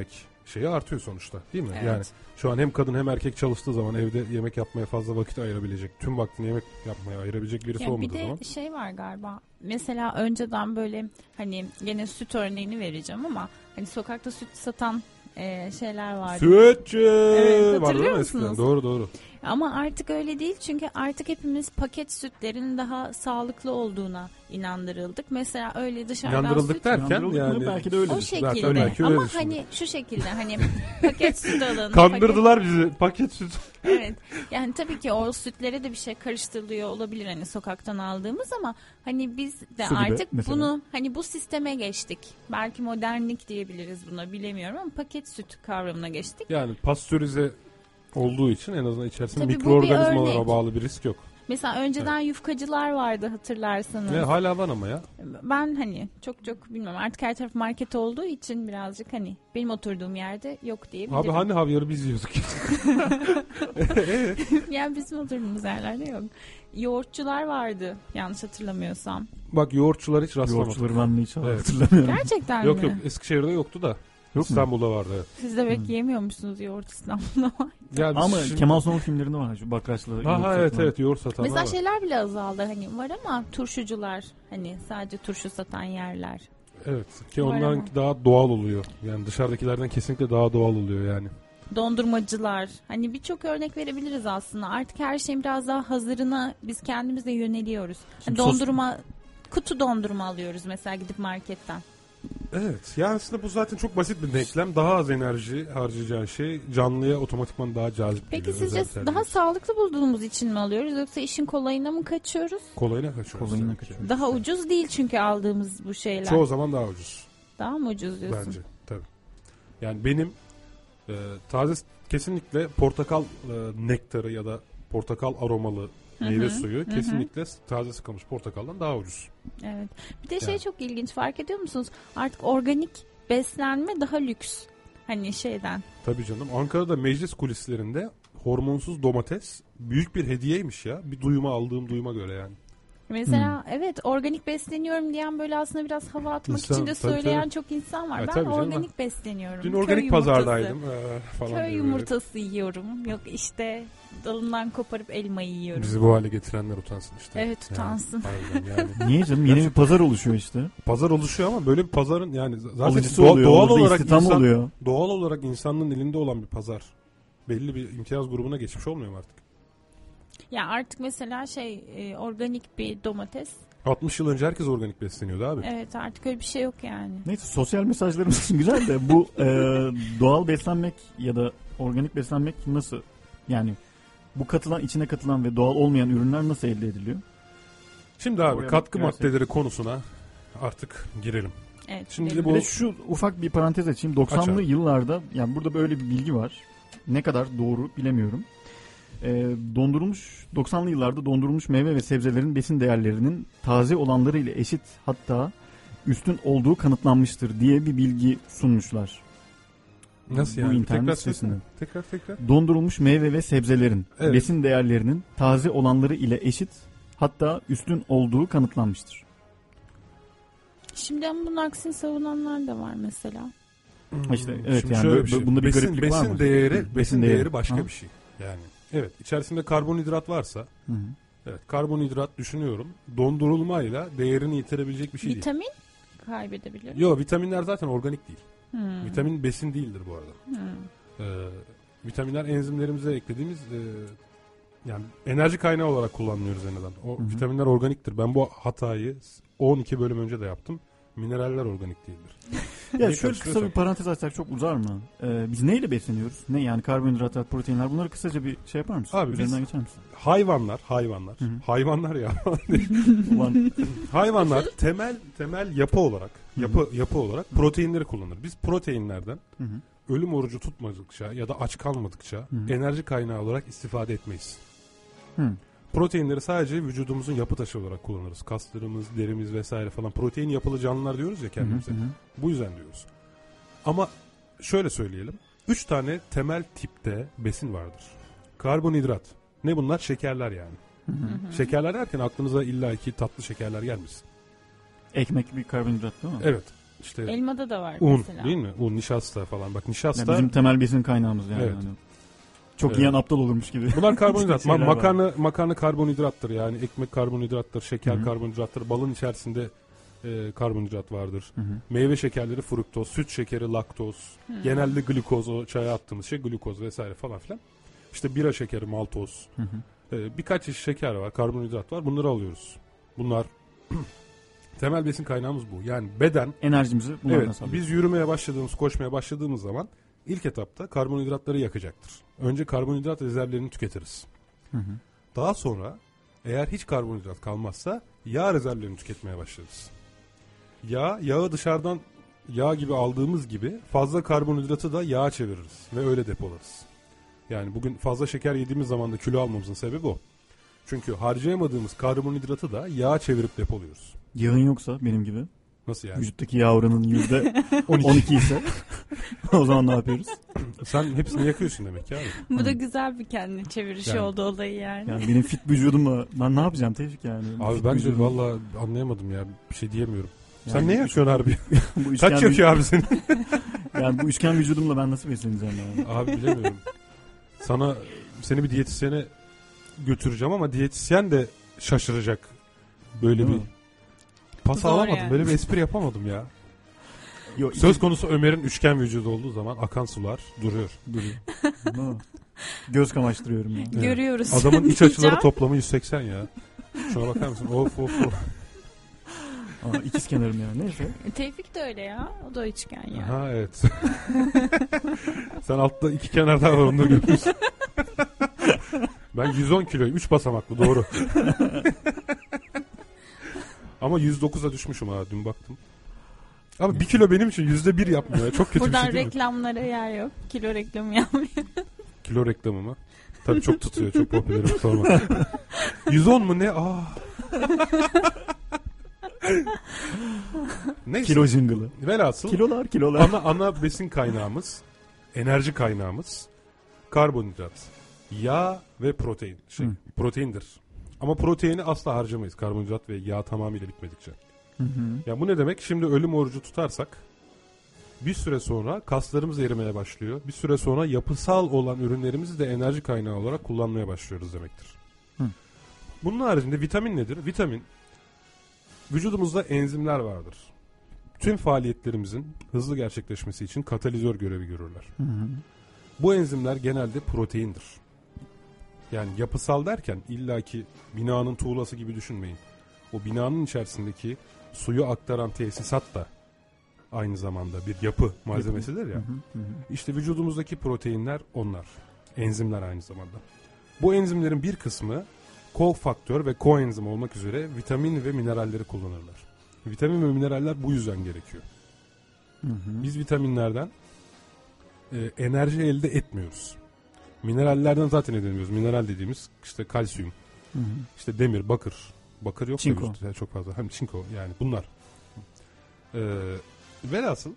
şeyi artıyor sonuçta değil mi? Evet. Yani şu an hem kadın hem erkek çalıştığı zaman evde yemek yapmaya fazla vakit ayırabilecek, tüm vaktini yemek yapmaya ayırabilecek birisi Yani olmadığı bir de zaman. şey var galiba. Mesela önceden böyle hani gene süt örneğini vereceğim ama hani sokakta süt satan e, şeyler vardı. Sütçü! Evet, Var hatırlıyor değil mi eskiden? musunuz? Doğru doğru. Ama artık öyle değil çünkü artık hepimiz paket sütlerin daha sağlıklı olduğuna inandırıldık. Mesela öyle dışarıdan Yandırıldık süt derken Yandırıldık mı? yani Belki de öyle. o Zaten şekilde belki ama öyle şimdi. hani şu şekilde hani paket süt alın. kandırdılar bizi. Paket süt. Paket, evet yani tabii ki o sütlere de bir şey karıştırılıyor olabilir hani sokaktan aldığımız ama hani biz de Su gibi artık mesela. bunu hani bu sisteme geçtik. Belki modernlik diyebiliriz buna bilemiyorum ama paket süt kavramına geçtik. Yani pastörize olduğu için en azından içerisinde Tabii bu bir mikroorganizmalara örnek. bağlı bir risk yok. Mesela önceden yufkacılar vardı hatırlarsanız. Ve hala var ama ya. Ben hani çok çok bilmiyorum artık her taraf market olduğu için birazcık hani benim oturduğum yerde yok diyebilirim. Abi hani havyarı biz yiyorduk. Yani bizim oturduğumuz yerlerde yok. Yoğurtçular vardı yanlış hatırlamıyorsam. Bak yoğurtçular hiç rastlamadık. Yoğurtçuları ben de hiç Evet. hatırlamıyorum. Gerçekten Yok mi? yok Eskişehir'de yoktu da. Yok mu? İstanbul'da vardı evet. Siz de belki Hmm. yemiyormuşsunuz yoğurt İstanbul'da var. Yani Ama şimdi- Kemal Sunal filmlerinde var şu bakraçlı. Aha evet evet yoğurt satanlar Mesela var. şeyler bile azaldı hani var ama turşucular hani sadece turşu satan yerler. Evet ki Var ondan ama. daha doğal oluyor. Yani dışarıdakilerden kesinlikle daha doğal oluyor yani. Dondurmacılar hani birçok örnek verebiliriz aslında artık her şeyin biraz daha hazırına biz kendimiz de yöneliyoruz. Şimdi Hani sos- dondurma kutu dondurma alıyoruz mesela gidip marketten. Evet. Yani aslında bu zaten çok basit bir denklem. Daha az enerji harcayacağın şey canlıya otomatikman daha cazip Peki geliyor. sizce özel daha tercih. sağlıklı bulduğumuz için mi alıyoruz yoksa işin kolayına mı kaçıyoruz? Kolayına kaçıyoruz. Kolayına tabii ki. kaçıyoruz. Daha ucuz değil çünkü aldığımız bu şeyler. Çoğu zaman daha ucuz. Daha mı ucuz diyorsun? Bence. Tabii. Yani benim e, taze kesinlikle portakal e, nektarı ya da portakal aromalı Hı meyve hı, suyu hı hı. kesinlikle taze sıkılmış portakaldan daha ucuz. Evet. Bir de şey Yani. çok ilginç fark ediyor musunuz? Artık organik beslenme daha lüks. Hani şeyden. Tabii canım. Ankara'da meclis kulislerinde hormonsuz domates büyük bir hediyeymiş ya. Bir duyuma aldığım duyuma göre yani. Mesela evet organik besleniyorum diyen böyle aslında biraz hava atmak İnsan, için de tabii, söyleyen tabii. çok insan var. Evet, ben tabii canım. organik besleniyorum. Dün Köy organik yumurtası, pazardaydım ee, falan Köy diyor böyle. yumurtası yiyorum. Yok işte dalından koparıp elmayı yiyorum. Bizi bu hale getirenler utansın işte. Evet, utansın. Yani, harbiden yani. Niye canım? Yeni bir pazar oluşuyor işte. Pazar oluşuyor ama böyle bir pazarın yani zaten Alıcısı doğa- oluyor. doğal Doğal olarak istihdam insan, oluyor. doğal olarak insanlığın elinde olan bir pazar belli bir imtiyaz grubuna geçmiş olmuyor mu artık? Ya artık mesela şey e, organik bir domates. altmış yıl önce herkes organik besleniyordu abi. Evet artık öyle bir şey yok yani. Neyse sosyal mesajlarımız güzel de bu e, doğal beslenmek ya da organik beslenmek nasıl? Yani bu katılan içine katılan ve doğal olmayan ürünler nasıl elde ediliyor? Şimdi abi Oraya katkı girersek. maddeleri konusuna artık girelim. Evet. Şimdi benim- bu- Bir de şu ufak bir parantez açayım. doksanlı Aç abi. yıllarda yani burada böyle bir bilgi var. Ne kadar doğru bilemiyorum. E, dondurulmuş doksanlı yıllarda dondurulmuş meyve ve sebzelerin besin değerlerinin taze olanları ile eşit hatta üstün olduğu kanıtlanmıştır diye bir bilgi sunmuşlar. Nasıl Bu yani? internet Tekrar sitesinde. sesini. Tekrar tekrar. Dondurulmuş meyve ve sebzelerin Evet. besin değerlerinin taze olanları ile eşit hatta üstün olduğu kanıtlanmıştır. Şimdi ama bunun aksini savunanlar da var mesela. İşte evet Şimdi yani şöyle böyle- bir şey. bunda bir besin, gariplik besin var mı? Değeri, Besin besin, değeri. değeri başka Ha. bir şey. Yani evet içerisinde karbonhidrat varsa Hı hı. evet karbonhidrat düşünüyorum dondurulmayla değerini yitirebilecek bir şey değil. Vitamin kaybedebilir. Yok vitaminler zaten organik değil. Hmm. Vitamin besin değildir bu arada. Hmm. Ee, vitaminler enzimlerimize eklediğimiz e, yani enerji kaynağı olarak kullanmıyoruz en azından. O Hı hı. vitaminler organiktir. Ben bu hatayı on iki bölüm önce de yaptım. Mineraller organik değildir. Ya Neyi şöyle kısa karıştırıyorsak. bir parantez açsak çok uzar mı? Ee, biz neyle besleniyoruz? Ne yani karbonhidratlar, proteinler bunları kısaca bir şey yapar mısın? Abi biz- Üzerinden geçer misin? Hayvanlar, hayvanlar, Hı hı. hayvanlar ya. Ulan, Hayvanlar temel temel yapı olarak, yapı yapı olarak proteinleri kullanır. Biz proteinlerden hı hı. ölüm orucu tutmadıkça ya da aç kalmadıkça Hı. enerji kaynağı olarak istifade etmeyiz. Hı. Proteinleri sadece vücudumuzun yapı taşı olarak kullanırız. Kaslarımız, derimiz vesaire falan. Protein yapılı canlılar diyoruz ya kendimize. Hı hı. Bu yüzden diyoruz. Ama şöyle söyleyelim. Üç tane temel tipte besin vardır. Karbonhidrat. Ne bunlar? Şekerler yani. Hı hı. Şekerler derken aklınıza illaki tatlı şekerler gelmesin. Ekmek bir karbonhidrat değil mi? Evet. işte Elmada da var un mesela. değil mi? Un, nişasta falan. Bak nişasta. Yani bizim temel besin kaynağımız yani. Evet. Yani. Çok Evet. yiyen aptal olurmuş gibi. Bunlar karbonhidrat. Ma- Şeyler var. makarna makarna karbonhidrattır. Yani ekmek karbonhidrattır, şeker Hı hı. karbonhidrattır. Balın içerisinde e, karbonhidrat vardır. Hı hı. Meyve şekerleri fruktoz, süt şekeri laktoz. Hı. Genelde glikoz, o çaya attığımız şey glikoz vesaire falan filan. İşte bira şekeri maltoz. Hı hı. E, birkaç çeşit şeker var, karbonhidrat var. Bunları alıyoruz. Bunlar temel besin kaynağımız bu. Yani beden. Enerjimizi bunlardan Evet, sağlıyoruz. biz yürümeye başladığımız, koşmaya başladığımız zaman ilk etapta karbonhidratları yakacaktır. Önce karbonhidrat rezervlerini tüketiriz. Hı hı. Daha sonra eğer hiç karbonhidrat kalmazsa yağ rezervlerini tüketmeye başlarız. Yağ, yağı dışarıdan yağ gibi aldığımız gibi fazla karbonhidratı da yağa çeviririz ve öyle depolarız. Yani bugün fazla şeker yediğimiz zaman da kilo almamızın sebebi o. Çünkü harcayamadığımız karbonhidratı da yağa çevirip depoluyoruz. Yağın yoksa benim gibi. Nasıl yani? Vücuttaki yağ oranının yüzde on iki. on iki ise o zaman ne yapıyoruz? Sen hepsini yakıyorsun demek ya. Bu da güzel bir kendini çevirişi Yani. oldu olayı yani. Yani benim fit vücudumla ben ne yapacağım Tevfik yani? Abi Fit ben de vücudum- valla anlayamadım ya. Bir şey diyemiyorum. Yani Sen ne yakıyorsun harbi? bu üçgen Kaç yakıyor abi senin? Yani bu üçgen vücudumla ben nasıl besleneceğim yani? Abi bilemiyorum. Sana seni bir diyetisyene götüreceğim ama diyetisyen de şaşıracak. Böyle Değil bir mi? pas Zor alamadım. yani. Böyle bir espri yapamadım ya. Yo, Söz konusu Ömer'in üçgen vücudu olduğu zaman akan sular duruyor. duruyor. Değil mi? Göz kamaştırıyorum ya. Evet. Görüyoruz. Adamın iç diyeceğim. açıları toplamı yüz seksen ya. Şuna bakar mısın? Of of of. Aa, ikiz kenarım ya. Neyse. Tevfik de öyle ya. O da üçgen ya. Ha evet. Sen altta iki kenar daha var, onları görüyorsun. Ben yüz on kiloyum. üç basamaklı doğru. Ama yüz dokuza düşmüşüm ha, dün baktım. Abi bir kilo benim için yüzde bir yapmıyor. Çok kötü Buradan bir şey değil mi? reklamlara yer yok. Kilo reklamı yapmıyor. Kilo reklamı mı? Tabii çok tutuyor. Çok popülerim, sorma. yüz on mu ne? Aa. Neyse. Kilo jingle'ı. Velhasıl Kilolar kilolar. ana, ana besin kaynağımız, enerji kaynağımız karbonhidrat, yağ ve protein. Şey, Hı. proteindir. Ama proteini asla harcamayız. Karbonhidrat ve yağ tamamıyla bitmedikçe. Hı hı. Ya bu ne demek? Şimdi ölüm orucu tutarsak bir süre sonra kaslarımız erimeye başlıyor. Bir süre sonra yapısal olan ürünlerimizi de enerji kaynağı olarak kullanmaya başlıyoruz demektir. Hı. Bunun haricinde vitamin nedir? Vitamin, vücudumuzda enzimler vardır. Tüm faaliyetlerimizin hızlı gerçekleşmesi için katalizör görevi görürler. Hı hı. Bu enzimler genelde proteindir. Yani yapısal derken illaki binanın tuğlası gibi düşünmeyin. O binanın içerisindeki suyu aktaran tesisat da aynı zamanda bir yapı malzemesidir ya. Hı hı. Hı hı. İşte vücudumuzdaki proteinler onlar. Enzimler aynı zamanda. Bu enzimlerin bir kısmı kofaktör ve koenzim olmak üzere vitamin ve mineralleri kullanırlar. Vitamin ve mineraller bu yüzden gerekiyor. Hı hı. Biz vitaminlerden e, enerji elde etmiyoruz. Minerallerden zaten edemiyoruz. Mineral dediğimiz işte kalsiyum, Hı hı. işte demir, bakır. Bakır yok Çinko. tabii işte, çok fazla. Hem çinko yani bunlar. Ee, velhasıl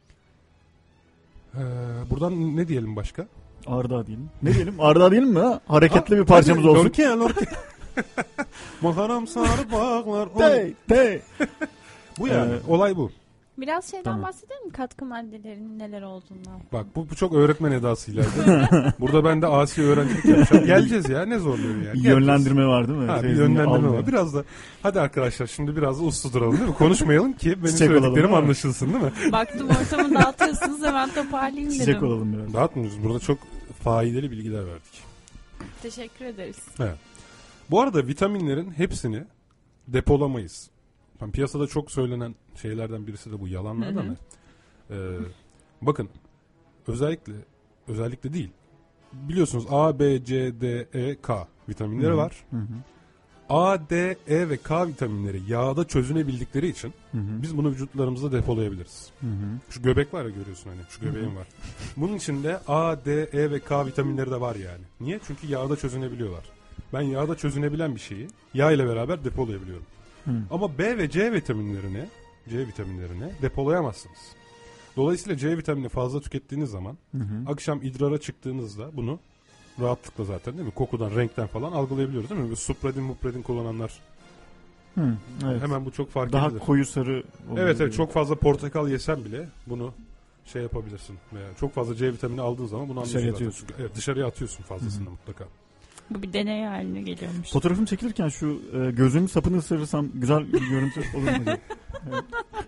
ee, buradan ne diyelim başka? Arda diyelim. Ne diyelim? Arda diyelim mi? Ha? Hareketli bir parçamız olsun. Lorke lorke. Makaram sarı bağlar. Tey tey. Bu yani. Ee, Olay bu. Biraz şeyden Tamam. bahsedelim mi? Katkı maddelerinin neler olduğundan. Bak bu, bu çok öğretmen edasıylaydı. Burada ben de asi öğrencilik yapacağım. Geleceğiz ya, ne zorluyor ya. Bir Geleceğiz. yönlendirme var değil mi? Ha, bir Sezgin yönlendirme almıyor. var. Biraz da hadi arkadaşlar şimdi biraz da uslu duralım değil mi? Konuşmayalım ki benim Çiçek olalım, söylediklerim değil mi? anlaşılsın değil mi? Baktım ortamı dağıtıyorsunuz, hemen toparlayayım Çiçek dedim. olalım biraz. Dağıtmıyoruz. Burada çok faydalı bilgiler verdik. Teşekkür ederiz. Evet. Bu arada vitaminlerin hepsini depolamayız. Yani piyasada çok söylenen şeylerden birisi de bu, yalanlardan. Hı hı. Ee, bakın özellikle özellikle değil. Biliyorsunuz A, B, C, D, E, K vitaminleri Hı hı. var. Hı hı. A, D, E ve K vitaminleri yağda çözünebildikleri için Hı hı. biz bunu vücutlarımızda depolayabiliriz. Hı hı. Şu göbek var ya, görüyorsun hani. Şu göbeğim var. Bunun içinde A, D, E ve K vitaminleri de var yani. Niye? Çünkü yağda çözünebiliyorlar. Ben yağda çözünebilen bir şeyi yağ ile beraber depolayabiliyorum. Hı. Ama B ve C vitaminlerini C vitaminlerini depolayamazsınız. Dolayısıyla C vitamini fazla tükettiğiniz zaman Hı hı. akşam idrara çıktığınızda bunu rahatlıkla zaten değil mi? Kokudan, renkten falan algılayabiliyoruz değil mi? Böyle supradin, mupradin kullananlar Hı, evet. Hemen bu çok fark Daha edilir. koyu sarı oluyor. Evet evet, çok fazla portakal yesen bile bunu şey yapabilirsin. Veya çok fazla C vitamini aldığın zaman bunu Dışarıya anlıyorsun. atıyorsun. Çünkü, evet, dışarıya atıyorsun fazlasını Hı-hı. mutlaka. Bu bir deney haline geliyormuş. Fotoğrafım çekilirken şu e, gözümün sapını ısırırsam güzel bir görüntü olur mu diye. Evet.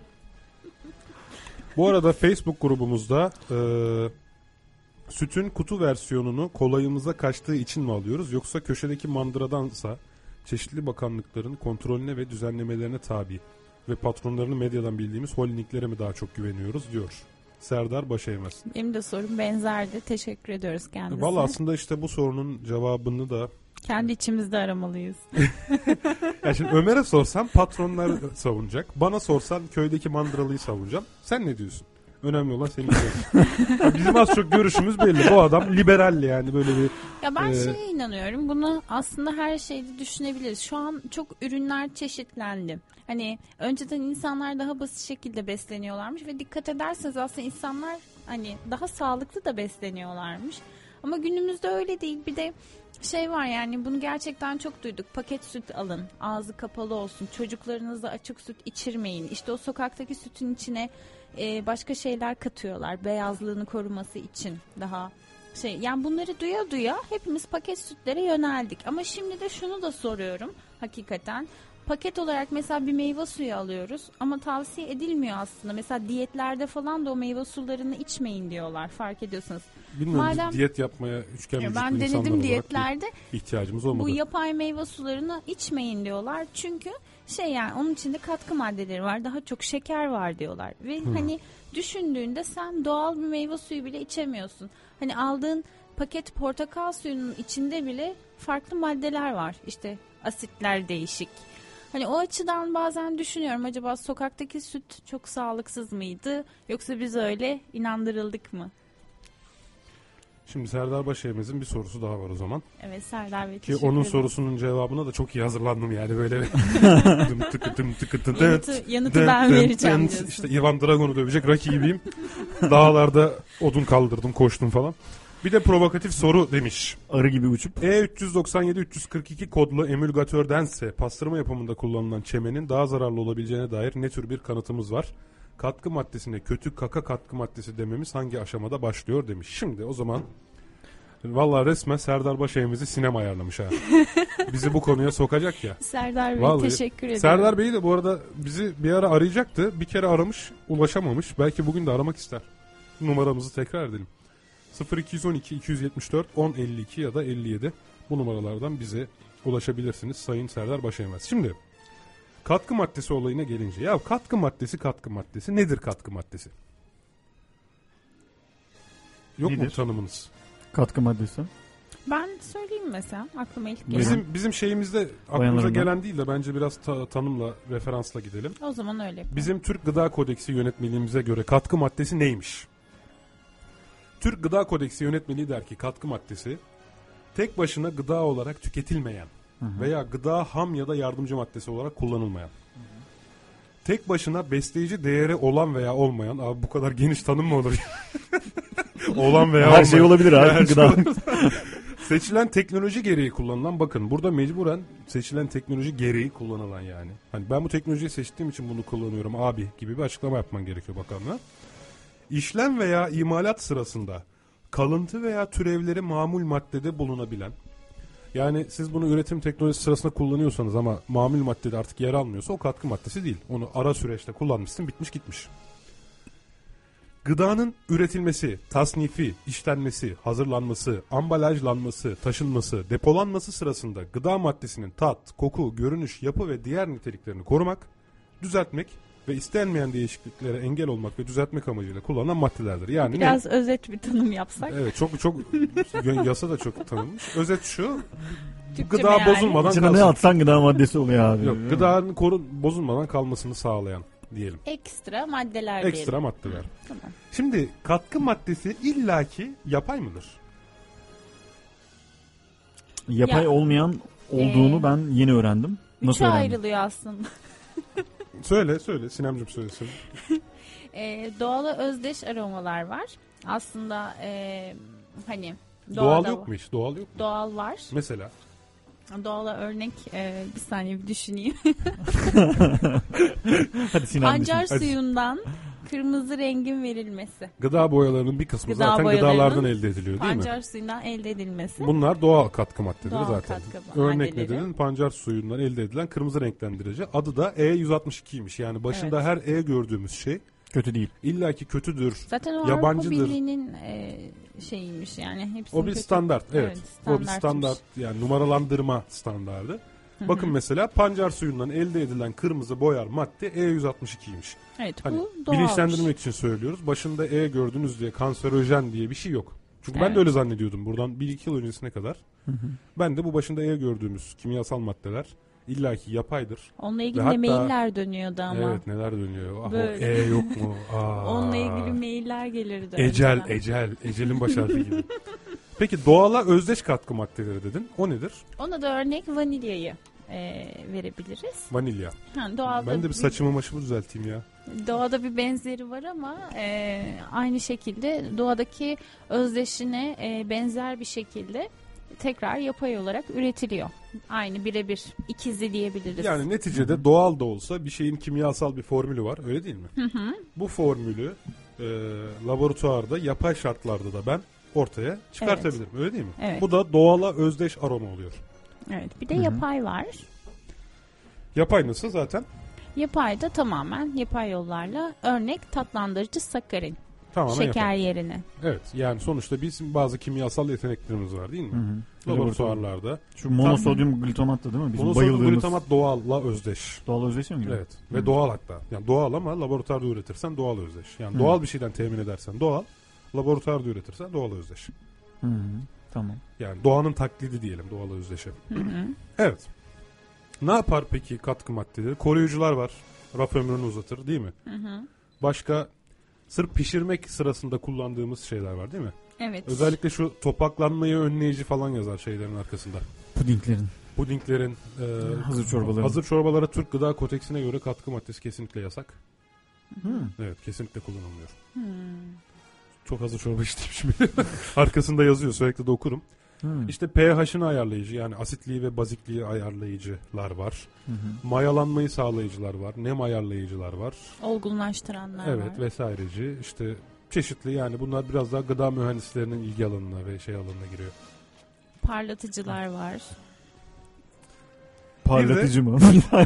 Bu arada Facebook grubumuzda e, sütün kutu versiyonunu kolayımıza kaçtığı için mi alıyoruz, yoksa köşedeki mandıradansa çeşitli bakanlıkların kontrolüne ve düzenlemelerine tabi ve patronlarını medyadan bildiğimiz holdinglere mi daha çok güveniyoruz diyor Serdar Başeymez. Benim de sorum benzerdi. Teşekkür ediyoruz kendisine. Valla aslında işte bu sorunun cevabını da Kendi içimizde aramalıyız. ya şimdi Ömer'e sorsan patronlar savunacak. Bana sorsan köydeki mandıralıyı savunacağım. Sen ne diyorsun? Önemli olan senin görüşün. Bizim az çok görüşümüz belli. Bu adam liberal, yani böyle bir... Ya ben Ee, şeye inanıyorum. Bunu aslında her şeyde düşünebiliriz. Şu an çok ürünler çeşitlendi. Hani önceden insanlar daha basit şekilde besleniyorlarmış ve dikkat ederseniz aslında insanlar hani daha sağlıklı da besleniyorlarmış. Ama günümüzde öyle değil. Bir de şey var, yani bunu gerçekten çok duyduk. Paket süt alın, ağzı kapalı olsun, çocuklarınıza açık süt içirmeyin. İşte o sokaktaki sütün içine e, başka şeyler katıyorlar, beyazlığını koruması için daha şey. Yani bunları duya duya hepimiz paket sütlere yöneldik. Ama şimdi de şunu da soruyorum hakikaten. Paket olarak mesela bir meyve suyu alıyoruz ama tavsiye edilmiyor aslında. Mesela diyetlerde falan da o meyve sularını içmeyin diyorlar, fark ediyorsanız. Bilmiyorum, Madem- biz diyet yapmaya üçgen vücutlu Ben insanlar denedim olarak diyetlerde. bir ihtiyacımız olmadı. Bu yapay meyve sularını içmeyin diyorlar. Çünkü şey, yani onun içinde katkı maddeleri var. Daha çok şeker var diyorlar. Ve Hmm. hani düşündüğünde sen doğal bir meyve suyu bile içemiyorsun. Hani aldığın paket portakal suyunun içinde bile farklı maddeler var. İşte asitler değişik. Hani o açıdan bazen düşünüyorum, acaba sokaktaki süt çok sağlıksız mıydı? Yoksa biz öyle inandırıldık mı? Şimdi Serdar Başeymez'in bir sorusu daha var o zaman. Evet Serdar Bey, Ki teşekkür onun ederim. sorusunun cevabına da çok iyi hazırlandım yani böyle. Dım tıkı dım tıkı dım Yanıtı, yanıtı dım ben dım vereceğim dım. diyorsun. İşte Ivan Drago'nu dövecek rakibiyim. Dağlarda odun kaldırdım, koştum falan. Bir de provokatif soru demiş. Arı gibi uçup. E üç yüz doksan yedi üç yüz kırk iki kodlu emülgatördense pastırma yapımında kullanılan çemenin daha zararlı olabileceğine dair ne tür bir kanıtımız var? Katkı maddesine kötü kaka katkı maddesi dememiz hangi aşamada başlıyor demiş. Şimdi o zaman vallahi resmen Serdar Başeymez'i sinema ayarlamış ha. Bizi bu konuya sokacak ya. Serdar Bey Vallahi teşekkür ederim. Serdar Bey de bu arada bizi bir ara arayacaktı. Bir kere aramış, ulaşamamış. Belki bugün de aramak ister. Numaramızı tekrar edelim. sıfır iki on iki iki yüz yetmiş dört on elli iki ya da elli yedi. Bu numaralardan bize ulaşabilirsiniz Sayın Serdar Başeymez. Şimdi katkı maddesi olayına gelince, ya katkı maddesi katkı maddesi nedir katkı maddesi? Yok Nedir? mu tanımınız? Katkı maddesi. Ben söyleyeyim mesela, aklıma ilk gelen. Bizim bizim şeyimizde aklımıza Bayanlarından. gelen değil de bence biraz ta- tanımla, referansla gidelim. O zaman öyle yapalım. Bizim Türk Gıda Kodeksi yönetmeliğimize göre katkı maddesi neymiş? Türk Gıda Kodeksi yönetmeliği der ki katkı maddesi tek başına gıda olarak tüketilmeyen Hı hı. veya gıda ham ya da yardımcı maddesi olarak kullanılmayan. Tek başına besleyici değeri olan veya olmayan, abi bu kadar geniş tanım mı olur? Olan veya Her olmayan. şey olabilir abi. Her şey Gıda. olabilir. Seçilen teknoloji gereği kullanılan, bakın burada mecburen seçilen teknoloji gereği kullanılan yani. Hani ben bu teknolojiyi seçtiğim için bunu kullanıyorum abi gibi bir açıklama yapman gerekiyor bakanlığa. İşlem veya imalat sırasında kalıntı veya türevleri mamul maddede bulunabilen, yani siz bunu üretim teknolojisi sırasında kullanıyorsanız ama mamul maddede artık yer almıyorsa o katkı maddesi değil. Onu ara süreçte kullanmışsın, bitmiş gitmiş. Gıdanın üretilmesi, tasnifi, işlenmesi, hazırlanması, ambalajlanması, taşınması, depolanması sırasında gıda maddesinin tat, koku, görünüş, yapı ve diğer niteliklerini korumak, düzeltmek ve istenmeyen değişikliklere engel olmak ve düzeltmek amacıyla kullanılan maddelerdir. Yani Biraz ne? özet bir tanım yapsak. Evet, çok çok yasa da çok tanınmış. Özet şu: Türkçe gıda meali. bozulmadan İçine ne kalsın. atsan gıda maddesi oluyor abi. Yok, gıdanın korun bozulmadan kalmasını sağlayan diyelim. Ekstra maddeler Ekstra diyelim. maddeler. Tamam. Şimdi katkı maddesi illaki yapay mıdır? Yapay Ya. olmayan olduğunu Ee, ben yeni öğrendim. Nasıl Üçe öğrendin? ayrılıyor aslında. Söyle söyle Sinemcim söylesin. Ee, doğala özdeş aromalar var. Aslında ee, hani Doğal doğada- yok mu hiç? Doğal yok mu? Doğal var. Mesela Doğala örnek e, bir saniye bir düşüneyim. Hadi Sinan Pancar düşün. suyundan kırmızı rengin verilmesi. Gıda boyalarının bir kısmı Gıda zaten boyalarının gıdalardan elde ediliyor değil Pancar mi? suyundan elde edilmesi. Bunlar doğal katkı maddeleri Doğal zaten. katkı Örnek maddeleri. nedenin pancar suyundan elde edilen kırmızı renklendirici. Adı da E yüz altmış ikiymiş. Yani başında Evet. her E gördüğümüz şey Kötü değil. illaki kötüdür. Zaten o yabancıdır. Avrupa Birliği'nin e, şeyiymiş yani. Hepsinin O bir kötü- standart. Evet. Evet, O bir standartmış. standart yani numaralandırma standardı. Hı hı. Bakın mesela pancar suyundan elde edilen kırmızı boyar madde E yüz altmış ikiymiş. Evet, Hani bu doğalmış. bilinçlendirmek için söylüyoruz. Başında E gördünüz diye kanserojen diye bir şey yok. Çünkü ben Evet. de öyle zannediyordum buradan bir iki yıl öncesine kadar. Hı hı. Ben de bu başında E gördüğümüz kimyasal maddeler illaki yapaydır. Onunla ilgili Ve de hatta- mailler dönüyordu ama. Evet neler dönüyor. Ah, o Böyle. E yok mu? Aa. Onunla ilgili mailler gelirdi. Ecel, önceden. ecel. Ecelin baş harfi gibi. Peki doğala özdeş katkı maddeleri dedin. O nedir? Ona da örnek vanilyayı e, verebiliriz. Vanilya. Ha, doğada Ben de bir saçımı maşımı düzelteyim ya. Doğada bir benzeri var ama e, aynı şekilde doğadaki özdeşine e, benzer bir şekilde tekrar yapay olarak üretiliyor. Aynı birebir ikizi diyebiliriz. Yani neticede doğal da olsa bir şeyin kimyasal bir formülü var öyle değil mi? Hı hı. Bu formülü e, laboratuvarda yapay şartlarda da ben ortaya çıkartabilirim öyle değil mi? Evet. Bu da doğala özdeş aroma oluyor. Evet. Bir de Hı hı. yapay var. Yapay nasıl zaten? Yapay da tamamen yapay yollarla örnek tatlandırıcı sakarin. Tamamen Şeker yapay. yerine. Evet yani sonuçta bizim bazı kimyasal yeteneklerimiz var değil mi? Hı hı. Laboratuvarlarda. Şu monosodyum glutamattı değil mi? Bizim Monosodyum bayıldığımız glutamat doğalla özdeş. doğal özdeşi mi? Evet. Ve Hı. doğal hatta. Yani doğal ama laboratuvarda üretirsen doğal özdeş. Yani Hı. doğal bir şeyden temin edersen doğal, laboratuvarda üretirsen doğal özdeş. Hı hı. Tamam. Yani doğanın taklidi diyelim doğal özdeşe. Hı hı. Evet. Ne yapar peki katkı maddeleri? Koruyucular var. Raf ömrünü uzatır değil mi? Hı hı. Başka sırf pişirmek sırasında kullandığımız şeyler var değil mi? Evet. Özellikle şu topaklanmayı önleyici falan yazar şeylerin arkasında. Pudinglerin. Pudinglerin, e, Hazır çorbaların. hazır çorbalara Türk Gıda Kodeksine göre katkı maddesi kesinlikle yasak. Hı. Evet kesinlikle kullanılmıyor. Hmm. Çok hazır çorba içtiğim şimdi. Arkasında yazıyor sürekli de okurum. Hı. İşte pH'ını ayarlayıcı yani asitliği ve bazikliği ayarlayıcılar var. Hı hı. Mayalanmayı sağlayıcılar var. Nem ayarlayıcılar var. Olgunlaştıranlar Evet var. vesaireci işte çeşitli yani bunlar biraz daha gıda mühendislerinin ilgi alanına ve şey alanına giriyor. Parlatıcılar var. Parlatıcı mı?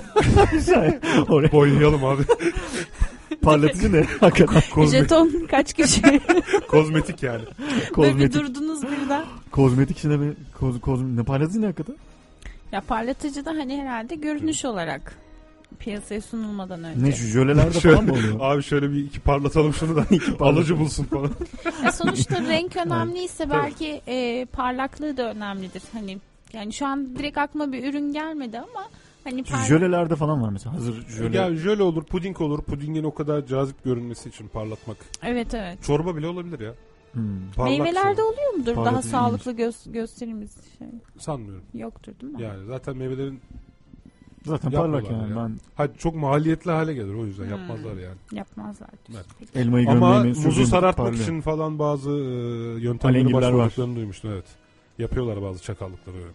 Şey, oraya- Boyayalım abi. Parlatıcı ne? Hakikaten. Kozmetik, Jeton kaç kişi? kozmetik yani. Böyle bir Kozmetik. durdunuz birden. Kozmetik işine bir koz, koz, ne parlatıcı ne hakikaten? Ya parlatıcı da hani herhalde görünüş olarak piyasaya sunulmadan önce. Ne şu jölelerde Şöyle- falan mı oluyor? Abi şöyle bir iki parlatalım şunu da alıcı bulsun falan. Ya sonuçta renk önemliyse belki e, parlaklığı da önemlidir. Hani yani şu an direkt aklıma bir ürün gelmedi ama hani Şu parlak... jölelerde falan var mesela. Hazır jöle. Ya jöle olur, puding olur. Pudingin o kadar cazip görünmesi için parlatmak. Evet evet. Çorba bile olabilir ya. Hmm. Parlaksa. Meyvelerde oluyor mudur? Daha Parlatıcı sağlıklı gö- gösterimiz şey Sanmıyorum. yoktur değil mi? Yani zaten meyvelerin Zaten parlak Yapmıyorlar yani. ya. Ben hadi çok maliyetli hale gelir o yüzden Hmm. yapmazlar yani. Yapmazlar. Evet. Peki. elmayı Ama gömleğimi muzu sürdüğüm sarartmak parlıyor. için falan bazı e, yöntemleri Alengirler var. başvurduklarını duymuştum evet. Yapıyorlar bazı çakallıkları öyle.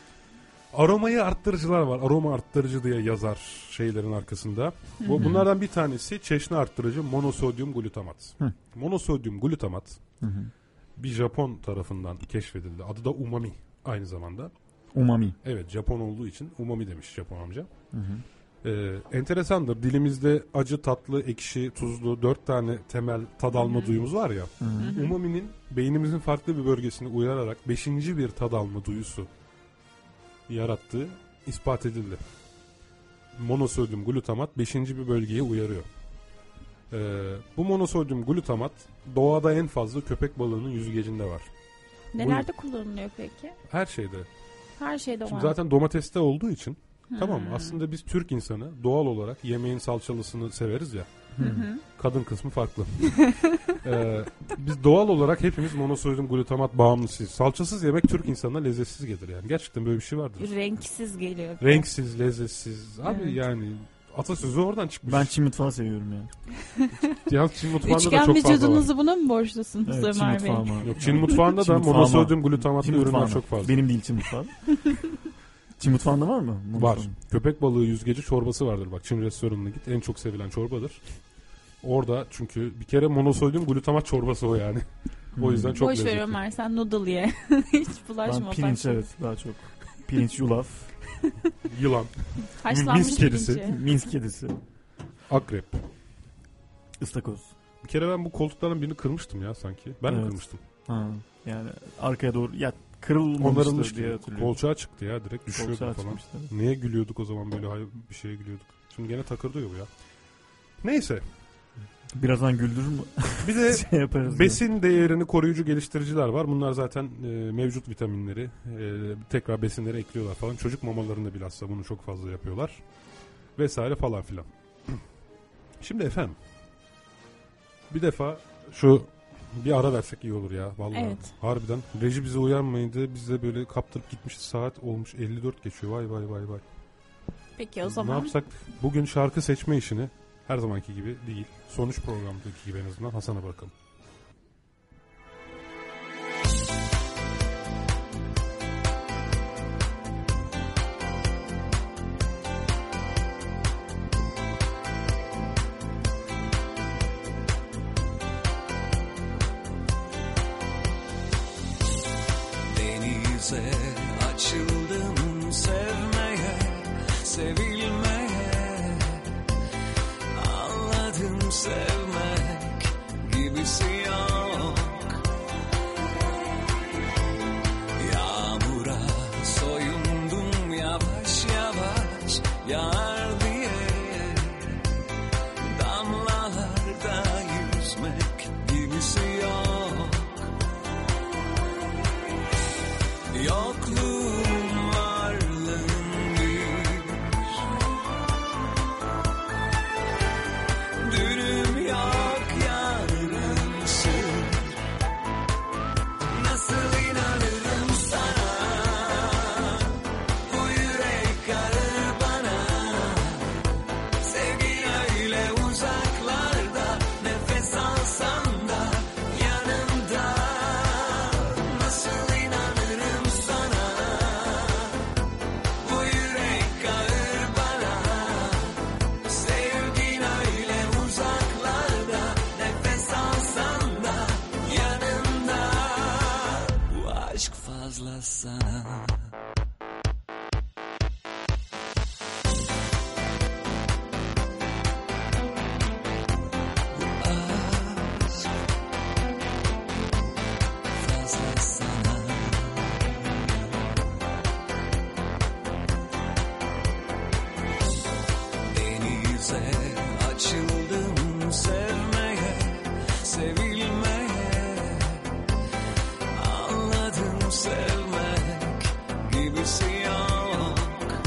Aromayı arttırıcılar var. Aroma arttırıcı diye yazar şeylerin arkasında. Bu Hı hı. bunlardan bir tanesi çeşni arttırıcı monosodyum glutamat. Hı. Monosodyum glutamat Hı hı. bir Japon tarafından keşfedildi. Adı da umami aynı zamanda. Umami. Evet Japon olduğu için umami demiş Japon amca. Hı hı. Ee, enteresandır. Dilimizde acı, tatlı, ekşi, tuzlu dört tane temel tad alma Hı hı. duyumuz var ya. Hı hı. Hı hı. Umami'nin beynimizin farklı bir bölgesini uyararak beşinci bir tad alma duyusu yarattığı ispat edildi. Monosodyum glutamat beşinci bir bölgeye uyarıyor. Ee, bu monosodyum glutamat doğada en fazla köpek balığının yüzgecinde var. Nelerde kullanılıyor peki? Her şeyde. Her şeyde Şimdi var. zaten domateste olduğu için Hmm. tamam mı? Aslında biz Türk insanı doğal olarak yemeğin salçalısını severiz ya. Hı hı. Kadın kısmı farklı. ee, biz doğal olarak hepimiz monosodyum glutamat bağımlısıyız. Salçasız yemek Türk insanına lezzetsiz gelir yani. Gerçekten böyle bir şey vardır. Renksiz geliyor. Renksiz, lezzetsiz. Abi Evet. yani atasözü oradan çıkmış. Ben Çin mutfağı seviyorum ya. Yalnız Çin mutfağında da Üçgen çok fazla var. vücudunuzu buna mı borçlusunuz Evet, Çin Ömer Bey? mutfağı mı? Yok, Çin mutfağında Çin da mutfağı monosodyum mı? glutamatlı Çin ürünler mutfağı mı? çok fazla. Benim değil Çin mutfağı. Çin mutfağında var mı? Var. Mutfağında. Köpek balığı yüzgeci çorbası vardır bak. Çin restoranına git. En çok sevilen çorbadır. Orada çünkü bir kere monosodyum glutamat çorbası o yani. Hmm. O yüzden çok Boş lezzetli. Boş ver Ömer, sen noodle ye. Hiç bulaşma. Ben pirinç evet daha çok. Pirinç, yulaf. Yılan. Haşlanmış Minsk kedisi. Minsk kedisi. Akrep. Istakoz. Bir kere ben bu koltukların birini kırmıştım ya sanki. Ben evet. mi kırmıştım? Ha, yani arkaya doğru ya kırılmamıştır diye hatırlıyorum. Kolçağa çıktı ya direkt düşüyordu falan. Çıkmıştı. Niye gülüyorduk o zaman böyle bir şeye gülüyorduk. Şimdi gene takırdıyor bu ya. Neyse. Birazdan güldürür mü? Bir de şey besin ya. Değerini koruyucu geliştiriciler var. Bunlar zaten e, mevcut vitaminleri e, tekrar besinlere ekliyorlar falan. Çocuk mamalarında bilhassa bunu çok fazla yapıyorlar. Vesaire falan filan. Şimdi efendim. Bir defa şu bir ara versek iyi olur ya. Vallahi evet. Harbiden. Reji bize uyanmayınca biz de böyle kaptırıp gitmiş, saat olmuş elli dört geçiyor. Vay vay vay vay. Peki o zaman. Ne yapsak? Bugün şarkı seçme işini her zamanki gibi değil. Sonuç programdaki gibi en azından Hasan'a bakalım. Denize açıldım sevmeye, sevilmeye. Sevmek gibisi yok. Yağmura soyundum yavaş yavaş yağar diye. Damlalarda yüzmek gibisi yok. Yokluğum varlığım bir. Dünüm yok yarınsın. Nasıl inanırım sana? Bu yürek ağır bana. Sevgi öyle uzaklarda. Nefes alsam da yanımda. Nasıl inanırım sana? Bu yürek ağır bana. Sevgin öyle uzaklarda, nefes alsan da yanımda. Bu aşk fazla sana. Bu aşk fazla sana. Denize açıldım sevmeye, sevilmeye. Anladım sevmek gibisi yok.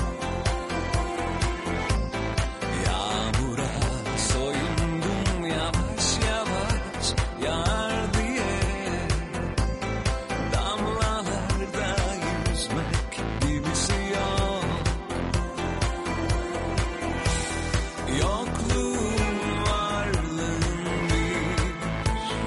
Yağmura soyundum yavaş yavaş yağar diye. Damlalarda yüzmek gibisi yok. Yokluğum varlığım bir.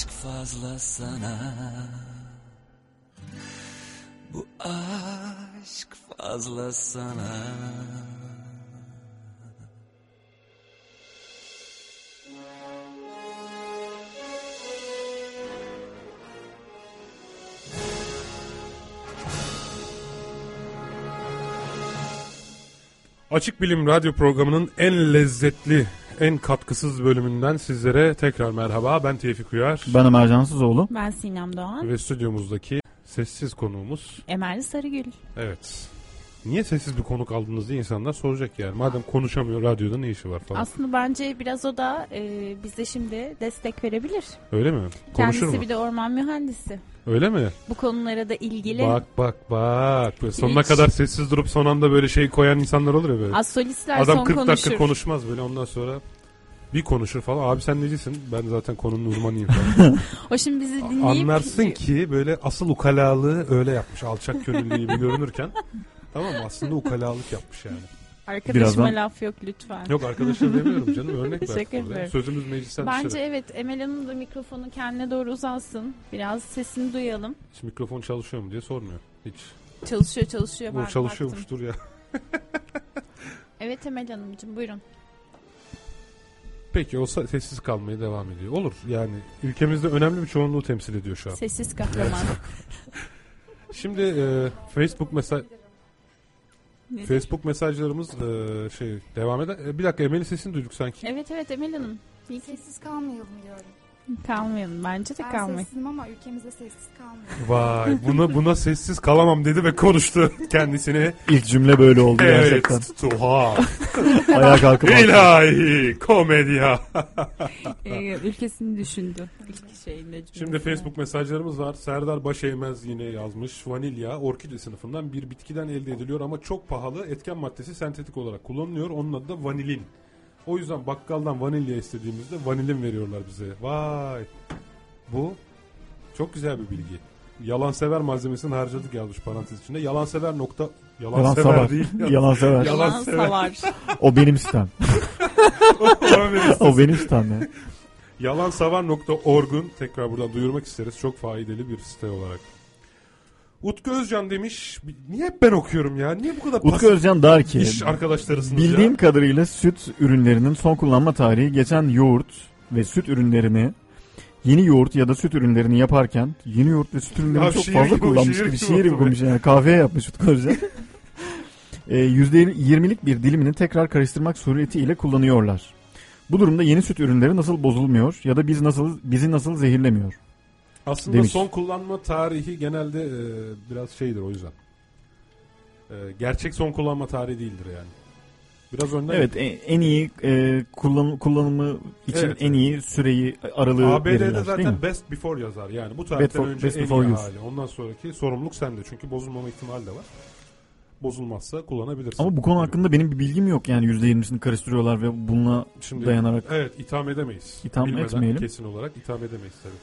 aşk fazla sana. Bu aşk fazla sana. Açık Bilim Radyo programının en lezzetli, en katkısız bölümünden sizlere tekrar merhaba. Ben Tevfik Uyar. Ben Ömer Cansızoğlu. Ben Sinem Doğan. Ve stüdyomuzdaki sessiz konuğumuz. Emel Sarıgül. Evet. Niye sessiz bir konuk aldınız diye insanlar soracak yani. Madem konuşamıyor, radyoda ne işi var falan. Aslında bence biraz o da e, bize şimdi destek verebilir. Öyle mi? Konuşur Kendisi mu? bir de orman mühendisi. Öyle mi? Bu konulara da ilgili. Bak bak bak. Böyle sonuna Hiç. kadar sessiz durup son anda böyle şey koyan insanlar olur ya böyle. Az solistler Adam son kırk konuşur. dakika konuşmaz böyle, ondan sonra bir konuşur falan. Abi sen necisin? Ben zaten konunun uzmanıyım falan. O şimdi bizi dinleyip... Anlarsın ki böyle asıl ukalalığı öyle yapmış. Alçak gönüllü gibi görünürken. Tamam mı? Aslında ukalalık yapmış yani. Arkadaşıma Birazdan- laf yok lütfen. Yok arkadaşlar demiyorum canım. Örnek Teşekkür verdim. orada. ederim. Sözümüz meclisten Bence dışarı. evet, Emel Hanım da mikrofonu kendine doğru uzatsın. Biraz sesini duyalım. Hiç mikrofon çalışıyor mu diye sormuyor. Hiç. Çalışıyor çalışıyor. Bu Ben çalışıyormuş, baktım. dur ya. Evet Emel Hanımcığım, buyurun. Peki o sa- sessiz kalmaya devam ediyor. Olur yani, ülkemizde önemli bir çoğunluğu temsil ediyor şu an. Sessiz kahraman. Şimdi e, Facebook mesaj Nedir? Facebook mesajlarımız e, şey devam eder. E, bir dakika, Emel'in sesini duyduk sanki. Evet evet Emel Hanım. İyi ki Sessiz kalmayalım diyorum. kalmayalım. Bence de Ben kalmayın. sessizim ama ülkemizde sessiz kalmıyor. Vay, buna buna sessiz kalamam dedi ve konuştu kendisini. İlk cümle böyle oldu Evet, gerçekten. tuha. Ayağa kalkıp İlahi komedya. Ee, ülkesini düşündü. İlk şeyinde Şimdi Facebook mesajlarımız var. Serdar Başeymez yine yazmış. Vanilya orkide sınıfından bir bitkiden elde ediliyor ama çok pahalı. Etken maddesi sentetik olarak kullanılıyor. Onun adı da vanilin. O yüzden bakkaldan vanilya istediğimizde vanilin veriyorlar bize. Vay. Bu çok güzel bir bilgi. Yalansever malzemesini harcadık yazmış parantez içinde. Yalansever nokta yalansever Yalan savar. değil. Yalan sever. Yalan Yalan sever. savar. O benim sitem. O benim sitem ya. yalansavar nokta org'un tekrar buradan duyurmak isteriz. Çok faydalı bir site olarak. Utku Özcan demiş. Niye hep ben okuyorum ya? Niye bu kadar Utku pasif Özcan der ki, iş arkadaşlarısınız bildiğim ya? kadarıyla süt ürünlerinin son kullanma tarihi geçen yoğurt ve süt ürünlerini, yeni yoğurt ya da süt ürünlerini yaparken yeni yoğurt ve süt ürünlerini Ya çok şiir fazla gibi, kullanmış şiir gibi gibi şiir gibi oldu konuşuyor. Yani kahveye yapmış Utku Özcan. E, yüzde yirmilik bir dilimini tekrar karıştırmak suretiyle kullanıyorlar. Bu durumda yeni süt ürünleri nasıl bozulmuyor ya da biz nasıl bizi nasıl zehirlemiyor? Aslında demiş. son kullanma tarihi genelde e, biraz şeydir o yüzden. E, gerçek son kullanma tarihi değildir yani. Biraz önden. Evet, e- en iyi e, kullan, kullanımı için Evet, en iyi süreyi aralığı A B D'de verirler, değil zaten mi? best before yazar. Yani bu tarihten Before- önce best en iyi before use. hali. Ondan sonraki sorumluluk sende. Çünkü bozulmama ihtimali de var. Bozulmazsa kullanabilirsin. Ama bu konu hakkında benim bir bilgim yok. Yani yüzde yirmisini karıştırıyorlar ve bununla Şimdi, dayanarak evet, itham edemeyiz. İtham Bilmeden etmeyelim. kesin olarak itham edemeyiz tabii.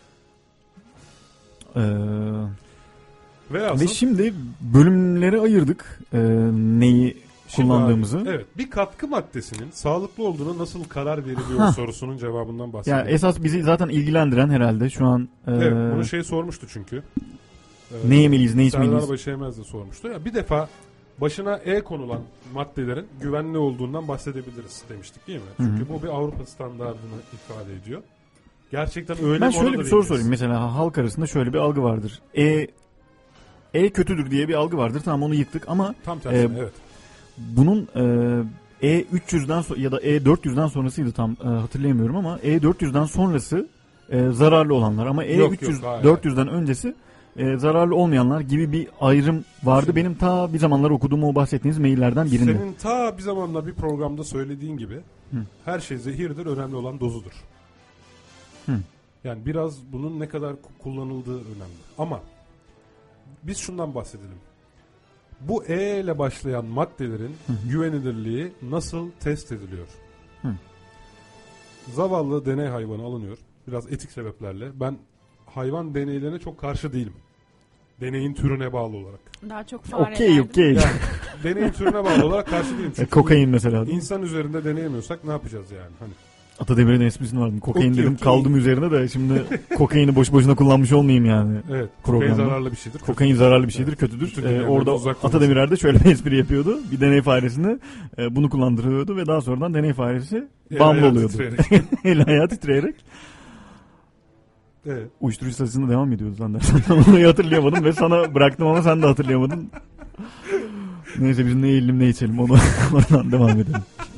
e, Velhasıl, ve şimdi bölümlere ayırdık e, neyi şimdi kullandığımızı. abi, evet, bir katkı maddesinin sağlıklı olduğuna nasıl karar veriliyor Hah. sorusunun cevabından Ya bahsedelim. esas bizi zaten ilgilendiren herhalde şu an e, Evet, bunu şey sormuştu çünkü. Ee, ne yemeliyiz, ne içmeliyiz? Serdar Başeymez de sormuştu. Ya bir defa başına E konulan maddelerin güvenli olduğundan bahsedebiliriz demiştik değil mi? Hı hı. Çünkü bu bir Avrupa standartını ifade ediyor. Gerçekten öyle Ben mi? şöyle Ona da bir soru değineceğiz. sorayım. Mesela halk arasında şöyle bir algı vardır. E E kötüdür diye bir algı vardır. Tamam, onu yıktık ama Tam tersine Ee, evet. bunun e, E üç yüzden so- ya da E dört yüzden sonrasıydı, tam e, hatırlayamıyorum ama E dört yüzden sonrası e, zararlı olanlar ama E Yok, üç yüz yok, hayır, dört yüzden öncesi e, zararlı olmayanlar gibi bir ayrım vardı. Şimdi- Benim ta bir zamanlar okuduğum o bahsettiğiniz maillerden birinde. Senin ta bir zamanlar bir programda söylediğin gibi Hı. her şey zehirdir, önemli olan dozudur. Hı. Yani biraz bunun ne kadar ku- kullanıldığı önemli. Ama biz şundan bahsedelim. Bu E ile başlayan maddelerin Hı. güvenilirliği nasıl test ediliyor? Hı. Zavallı deney hayvanı alınıyor. Biraz etik sebeplerle. Ben hayvan deneylerine çok karşı değilim. Deneyin türüne bağlı olarak. Daha çok fareler. Okey okey. Yani deneyin türüne bağlı olarak karşı değilim. E, Çünkü Kokain mesela. insan üzerinde deneyemiyorsak ne yapacağız yani? Hani Atademir'in esprisini vardı. Kokain Okey, dedim okey. kaldım üzerine de şimdi kokaini boş boşuna kullanmış olmayayım yani. Evet. Kokain Programda. zararlı bir şeydir. Kokain zararlı bir şeydir, Evet. kötüdür. Bütün Ee, dünyadan orada uzak olması. Atademir'er de şöyle bir espri yapıyordu. Bir deney faresini e, bunu kullandırıyordu ve daha sonradan deney faresi El bağımlı ayağı oluyordu. titreyerek. El ayağı titreyerek. Evet. Uyuşturucu satışına devam mı ediyoruz zannedersem. Onu hatırlayamadım ve sana bıraktım ama sen de hatırlayamadın. Neyse biz ne yiyelim ne içelim onu oradan devam edelim.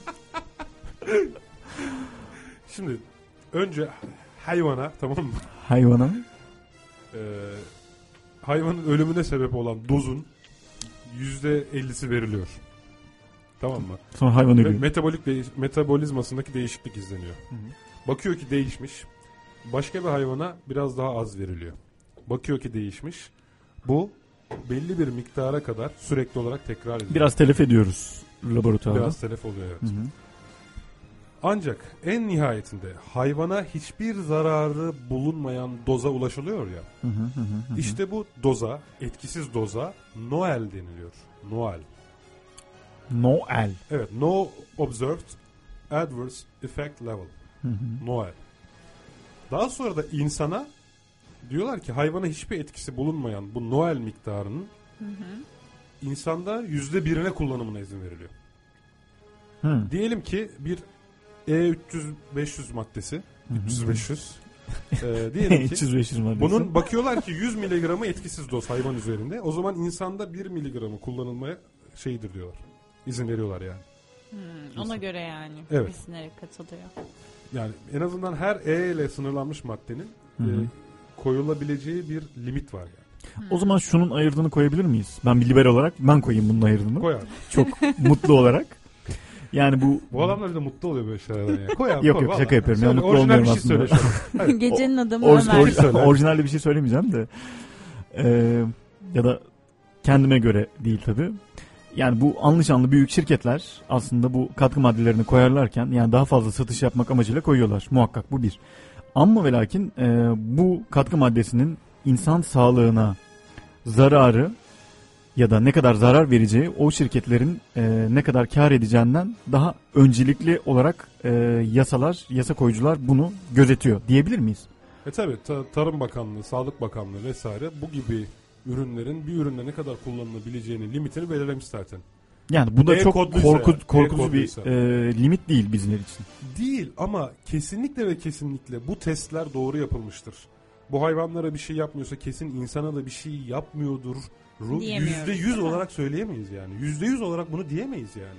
Şimdi önce hayvana, tamam mı? Hayvana. Ee, hayvanın ölümüne sebep olan dozun yüzde ellisi veriliyor. Tamam mı? Sonra hayvan Ve ölüyor. metabolik değiş- metabolizmasındaki değişiklik izleniyor. Hı hı. Bakıyor ki değişmiş. Başka bir hayvana biraz daha az veriliyor. Bakıyor ki değişmiş. Bu belli bir miktara kadar sürekli olarak tekrar ediliyor. Biraz telef ediyoruz laboratuvarda. Biraz telef oluyor, evet. Hı hı. Ancak en nihayetinde hayvana hiçbir zararı bulunmayan doza ulaşılıyor ya. Hı hı hı hı hı. İşte bu doza, etkisiz doza Noel deniliyor. Noel. Noel. Evet, no observed adverse effect level. Hı hı. Noel. Daha sonra da insana diyorlar ki hayvana hiçbir etkisi bulunmayan bu Noel miktarının Hı hı. insanda yüzde birine kullanımına izin veriliyor. Hı. Diyelim ki bir E üç yüz beş yüz maddesi, Hı hı. üç yüz beş yüz e, diyelim ki üç yüz beş yüz maddesi. bunun bakıyorlar ki yüz miligramı etkisiz doz hayvan üzerinde. O zaman insanda bir miligramı kullanılmaya şeydir diyorlar. İzin veriyorlar yani. Hmm, ona göre yani. Evet. Besinlere katılıyor. Yani en azından her E ile sınırlanmış maddenin Hı hı. e, koyulabileceği bir limit var yani. O zaman şunun ayırdığını koyabilir miyiz? Ben bir liberal olarak ben koyayım bunun ayırdığını. Koy abi. Çok mutlu olarak. Yani bu Bu adamlar bir de mutlu oluyor böyle şeylerden ya. Koy abi, Yok, koy, yok, vallahi. şaka yapıyorum. Söyle, Ya, mutlu orijinal olmuyorum bir şey aslında. söyle şu an. Evet. Gecenin adamı Or- Ömer. or- söyle. orijinal bir şey söylemeyeceğim de. Ee, ya da kendime göre değil tabii. Yani bu anlı şanlı büyük şirketler aslında bu katkı maddelerini koyarlarken yani daha fazla satış yapmak amacıyla koyuyorlar. Muhakkak bu bir. Ama ve lakin e, bu katkı maddesinin insan sağlığına zararı ya da ne kadar zarar vereceği o şirketlerin e, ne kadar kar edeceğinden daha öncelikli olarak e, yasalar, yasa koyucular bunu gözetiyor diyebilir miyiz? E tabi Tarım Bakanlığı, Sağlık Bakanlığı vesaire bu gibi ürünlerin bir üründe ne kadar kullanılabileceğinin limitini belirlemiş zaten. Yani bu da çok E-kodluysa korku, yani, korkutucu bir E-kodluysa. e, limit değil bizler için. Değil ama kesinlikle ve kesinlikle bu testler doğru yapılmıştır. Bu hayvanlara bir şey yapmıyorsa kesin insana da bir şey yapmıyordur. Diyemiyoruz, Yüzde yüz değil mi? olarak söyleyemeyiz yani. Yüzde yüz olarak bunu diyemeyiz yani.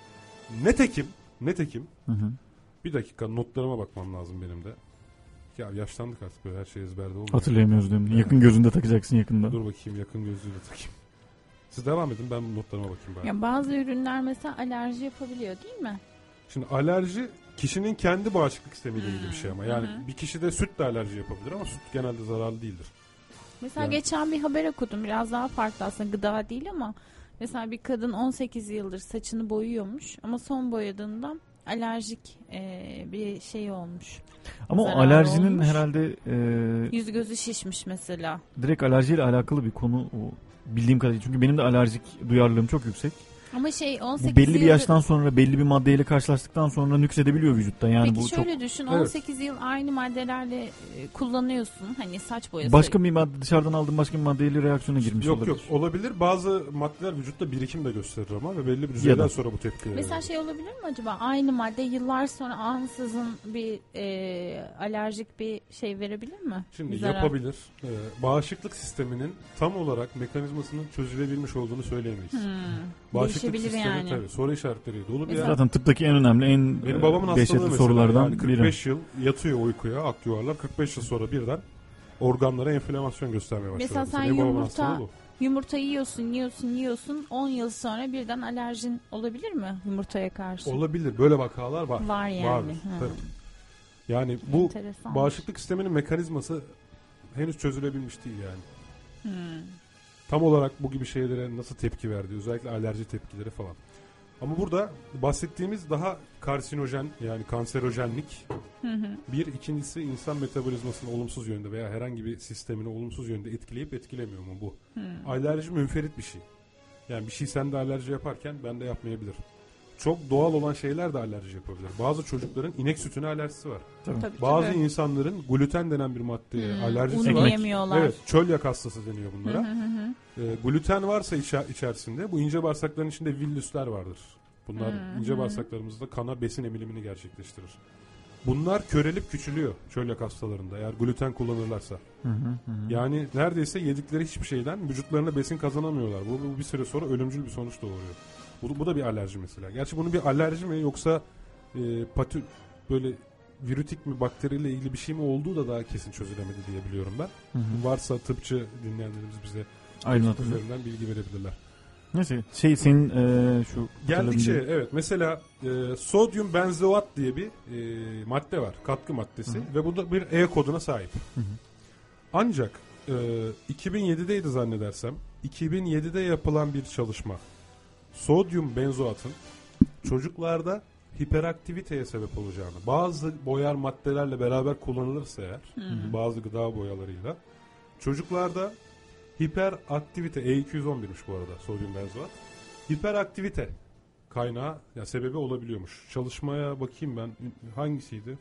Netekim, netekim. Hı hı. Bir dakika notlarıma bakmam lazım benim de. Ya yaşlandık artık böyle her şey ezberde olmuyor. Hatırlayamıyoruz değil mi? Yakın gözünde takacaksın yakında. Dur bakayım yakın gözlüğüyle takayım. Siz devam edin ben notlarıma bakayım bari. Ya bazı ürünler mesela alerji yapabiliyor değil mi? Şimdi alerji kişinin kendi bağışıklık sistemiyle ilgili bir şey ama. Yani Hı hı. bir kişi de süt de alerji yapabilir ama süt genelde zararlı değildir. Mesela Yani- geçen bir haber okudum. Biraz daha farklı aslında, gıda değil ama mesela bir kadın on sekiz yıldır saçını boyuyormuş ama son boyadığında alerjik e, bir şey olmuş. Ama o Zararı alerjinin olmuş. herhalde e, Yüz gözü şişmiş mesela. direkt alerjiyle alakalı bir konu o bildiğim kadarıyla. Çünkü benim de alerjik duyarlılığım çok yüksek. Ama şey on Bu sekiz belli bir yıldır- yaştan sonra belli bir maddeyle karşılaştıktan sonra nüksedebiliyor vücutta. Yani Peki bu şöyle çok düşün, Evet. on sekiz yıl aynı maddelerle e, kullanıyorsun. Hani saç boyası. başka bir madde dışarıdan aldığın başka bir maddeyle reaksiyona girmiş Yok olabilir. yok olabilir. Bazı maddeler vücutta birikim de gösterir ama ve belli bir düzeyden da. sonra bu tepki verir. Mesela şey olabilir mi acaba? Aynı madde yıllar sonra ansızın bir e, alerjik bir şey verebilir mi? Şimdi Bir zarar. yapabilir. Ee, bağışıklık sisteminin tam olarak mekanizmasının çözülebilmiş olduğunu söyleyemeyiz. Hmm. Bağışıklık Değişebilir sistemi yani. tabii soru işaretleri dolu bir Mesela- yer. Zaten tıptaki en önemli, en Benim e, babamın hastalığı dehşetli mesela sorulardan yani kırk beş biri. yıl yatıyor uykuya ak yuvarlar kırk beş yıl sonra birden organlara enflamasyon göstermeye başlıyor. Mesela sen Benim babamın yumurta- hastalığı bu. Yumurta yiyorsun, yiyorsun, yiyorsun. on yıl sonra birden alerjin olabilir mi yumurtaya karşı? Olabilir. Böyle vakalar var. Var yani. Vardır. Hı. Tabii. Yani bu Enteresan. bağışıklık sisteminin mekanizması henüz çözülebilmiş değil yani. Hmm. Tam olarak bu gibi şeylere nasıl tepki verdi, özellikle alerji tepkileri falan. Ama burada bahsettiğimiz daha karsinojen yani kanserojenlik Hı hı. bir, ikincisi insan metabolizmasını olumsuz yönde veya herhangi bir sistemini olumsuz yönde etkileyip etkilemiyor mu bu? Hmm. Alerji münferit bir şey. Yani bir şey sende alerji yaparken bende yapmayabilir. çok doğal olan şeyler de alerji yapabilir. Bazı çocukların inek sütüne alerjisi var. Tabii. Tabii, Bazı tabii. insanların gluten denen bir maddeye Hmm, alerjisi un var. yiyemiyorlar. Evet, çölyak hastası deniyor bunlara. Hı hı hı. E, gluten varsa içer, içerisinde bu ince bağırsakların içinde villüsler vardır. Bunlar Hı ince hı. bağırsaklarımızda kana besin emilimini gerçekleştirir. Bunlar körelip küçülüyor çölyak hastalarında eğer gluten kullanırlarsa. Hı hı hı. Yani neredeyse yedikleri hiçbir şeyden vücutlarına besin kazanamıyorlar. Bu, bu bir süre sonra ölümcül bir sonuç doğuruyor. Bu, bu da bir alerji mesela. Gerçi bunun bir alerji mi yoksa e, patü, böyle virütik mi bakteriyle ilgili bir şey mi olduğu da daha kesin çözülemedi diye biliyorum ben. Hı hı. Varsa tıpçı dinleyenlerimiz bize Aydınlatın. üzerinden bilgi verebilirler. Neyse şey senin e, şu Geldik şey hatırladığın- evet mesela e, sodyum benzoat diye bir e, madde var. Katkı maddesi Hı hı. ve bu da bir E koduna sahip. Hı hı. Ancak e, iki bin yedideydi zannedersem. iki bin yedide yapılan bir çalışma. Sodyum benzoatın çocuklarda hiperaktiviteye sebep olacağını, bazı boyar maddelerle beraber kullanılırsa eğer, Hı. bazı gıda boyalarıyla çocuklarda hiperaktivite E iki yüz on birmiş bu arada sodyum benzoat. Hiperaktivite kaynağı ya sebebi olabiliyormuş. Çalışmaya bakayım ben hangisiydi?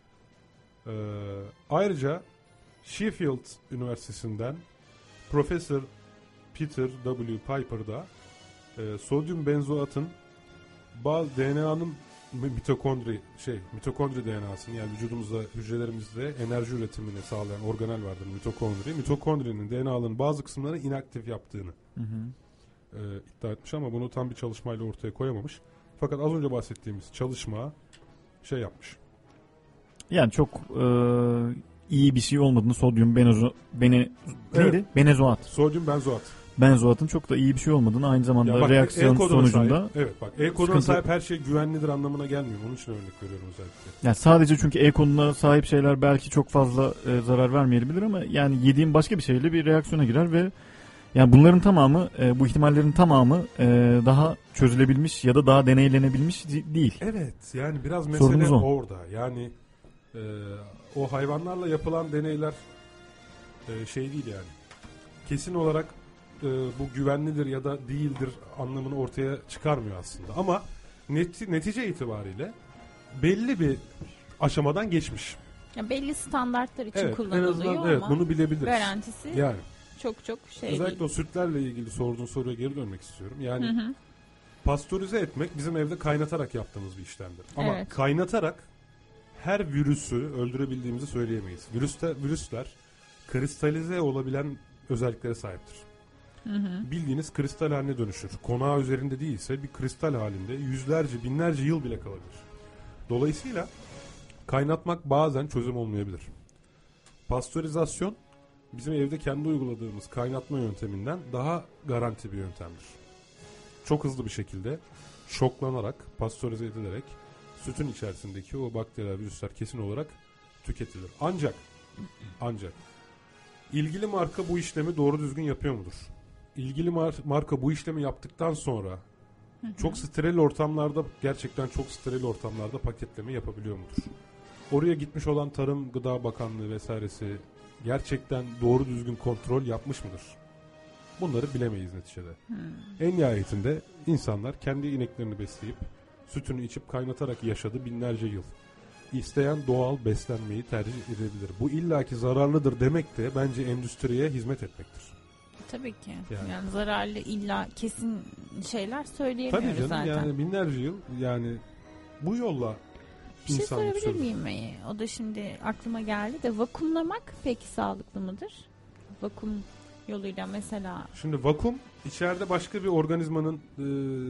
Ee, ayrıca Sheffield Üniversitesi'nden Profesör Peter W. Piper da e, sodyum benzoatın bazı D N A'nın mitokondri şey mitokondri D N A'sını yani vücudumuzda hücrelerimizde enerji üretimini sağlayan organel vardır mitokondri. Mitokondrinin D N A'nın bazı kısımları inaktif yaptığını Hı hı. e, iddia etmiş ama bunu tam bir çalışmayla ortaya koyamamış. Fakat az önce bahsettiğimiz çalışma şey yapmış. Yani çok e, iyi bir şey olmadığını sodyum benezo bene Evet. neydi? Benezoat. Sodyum benzoat. Benzoatın çok da iyi bir şey olmadığını aynı zamanda Ya bak, reaksiyon E koduna sonucunda sahip, evet bak E koduna sıkıntı- sahip her şey güvenlidir anlamına gelmiyor. Onun için örnek veriyorum özellikle. yani sadece çünkü E konuna sahip şeyler belki çok fazla e, zarar vermeyebilir ama yani yediğim başka bir şeyle bir reaksiyona girer ve yani bunların tamamı e, bu ihtimallerin tamamı e, daha çözülebilmiş ya da daha deneylenebilmiş di- değil. Evet yani biraz mesele Sorunumuz o. orada. Yani e, o hayvanlarla yapılan deneyler e, şey değil yani. Kesin olarak e, bu güvenlidir ya da değildir anlamını ortaya çıkarmıyor aslında. Ama neti, netice itibariyle belli bir aşamadan geçmiş. Ya belli standartlar için Evet en kullanılıyor azından ama evet, bunu bilebiliriz. garantisi Yani çok çok şey özellikle değil. o sütlerle ilgili sorduğun soruya geri dönmek istiyorum. Yani Hı hı. pastörize etmek bizim evde kaynatarak yaptığımız bir işlemdir. Ama Evet. kaynatarak her virüsü öldürebildiğimizi söyleyemeyiz. Virüste, virüsler kristalize olabilen özelliklere sahiptir. Hı hı. Bildiğiniz kristal haline dönüşür. Konağı üzerinde değilse bir kristal halinde yüzlerce, binlerce yıl bile kalabilir. Dolayısıyla kaynatmak bazen çözüm olmayabilir. Pastörizasyon bizim evde kendi uyguladığımız kaynatma yönteminden daha garanti bir yöntemdir. Çok hızlı bir şekilde şoklanarak, pastörize edilerek sütün içerisindeki o bakteriler, virüsler kesin olarak tüketilir. Ancak ancak ilgili marka bu işlemi doğru düzgün yapıyor mudur? İlgili mar- marka bu işlemi yaptıktan sonra Hı hı. çok steril ortamlarda, gerçekten çok steril ortamlarda paketleme yapabiliyor mudur? Oraya gitmiş olan Tarım Gıda Bakanlığı vesairesi gerçekten doğru düzgün kontrol yapmış mıdır? Bunları bilemeyiz neticede. Hı. En nihayetinde insanlar kendi ineklerini besleyip sütünü içip kaynatarak yaşadı binlerce yıl. İsteyen doğal beslenmeyi tercih edebilir. Bu illaki zararlıdır demek de bence endüstriye hizmet etmektir. Tabii ki. Yani. Yani, zararlı illa kesin şeyler söyleyemiyoruz Tabii canım zaten. yani binlerce yıl yani bu yolla Bir şey insanlık sorabilir sürdü. miyim? Ee, O da şimdi aklıma geldi de vakumlamak peki sağlıklı mıdır? Vakum yoluyla mesela. Şimdi vakum içeride başka bir organizmanın e,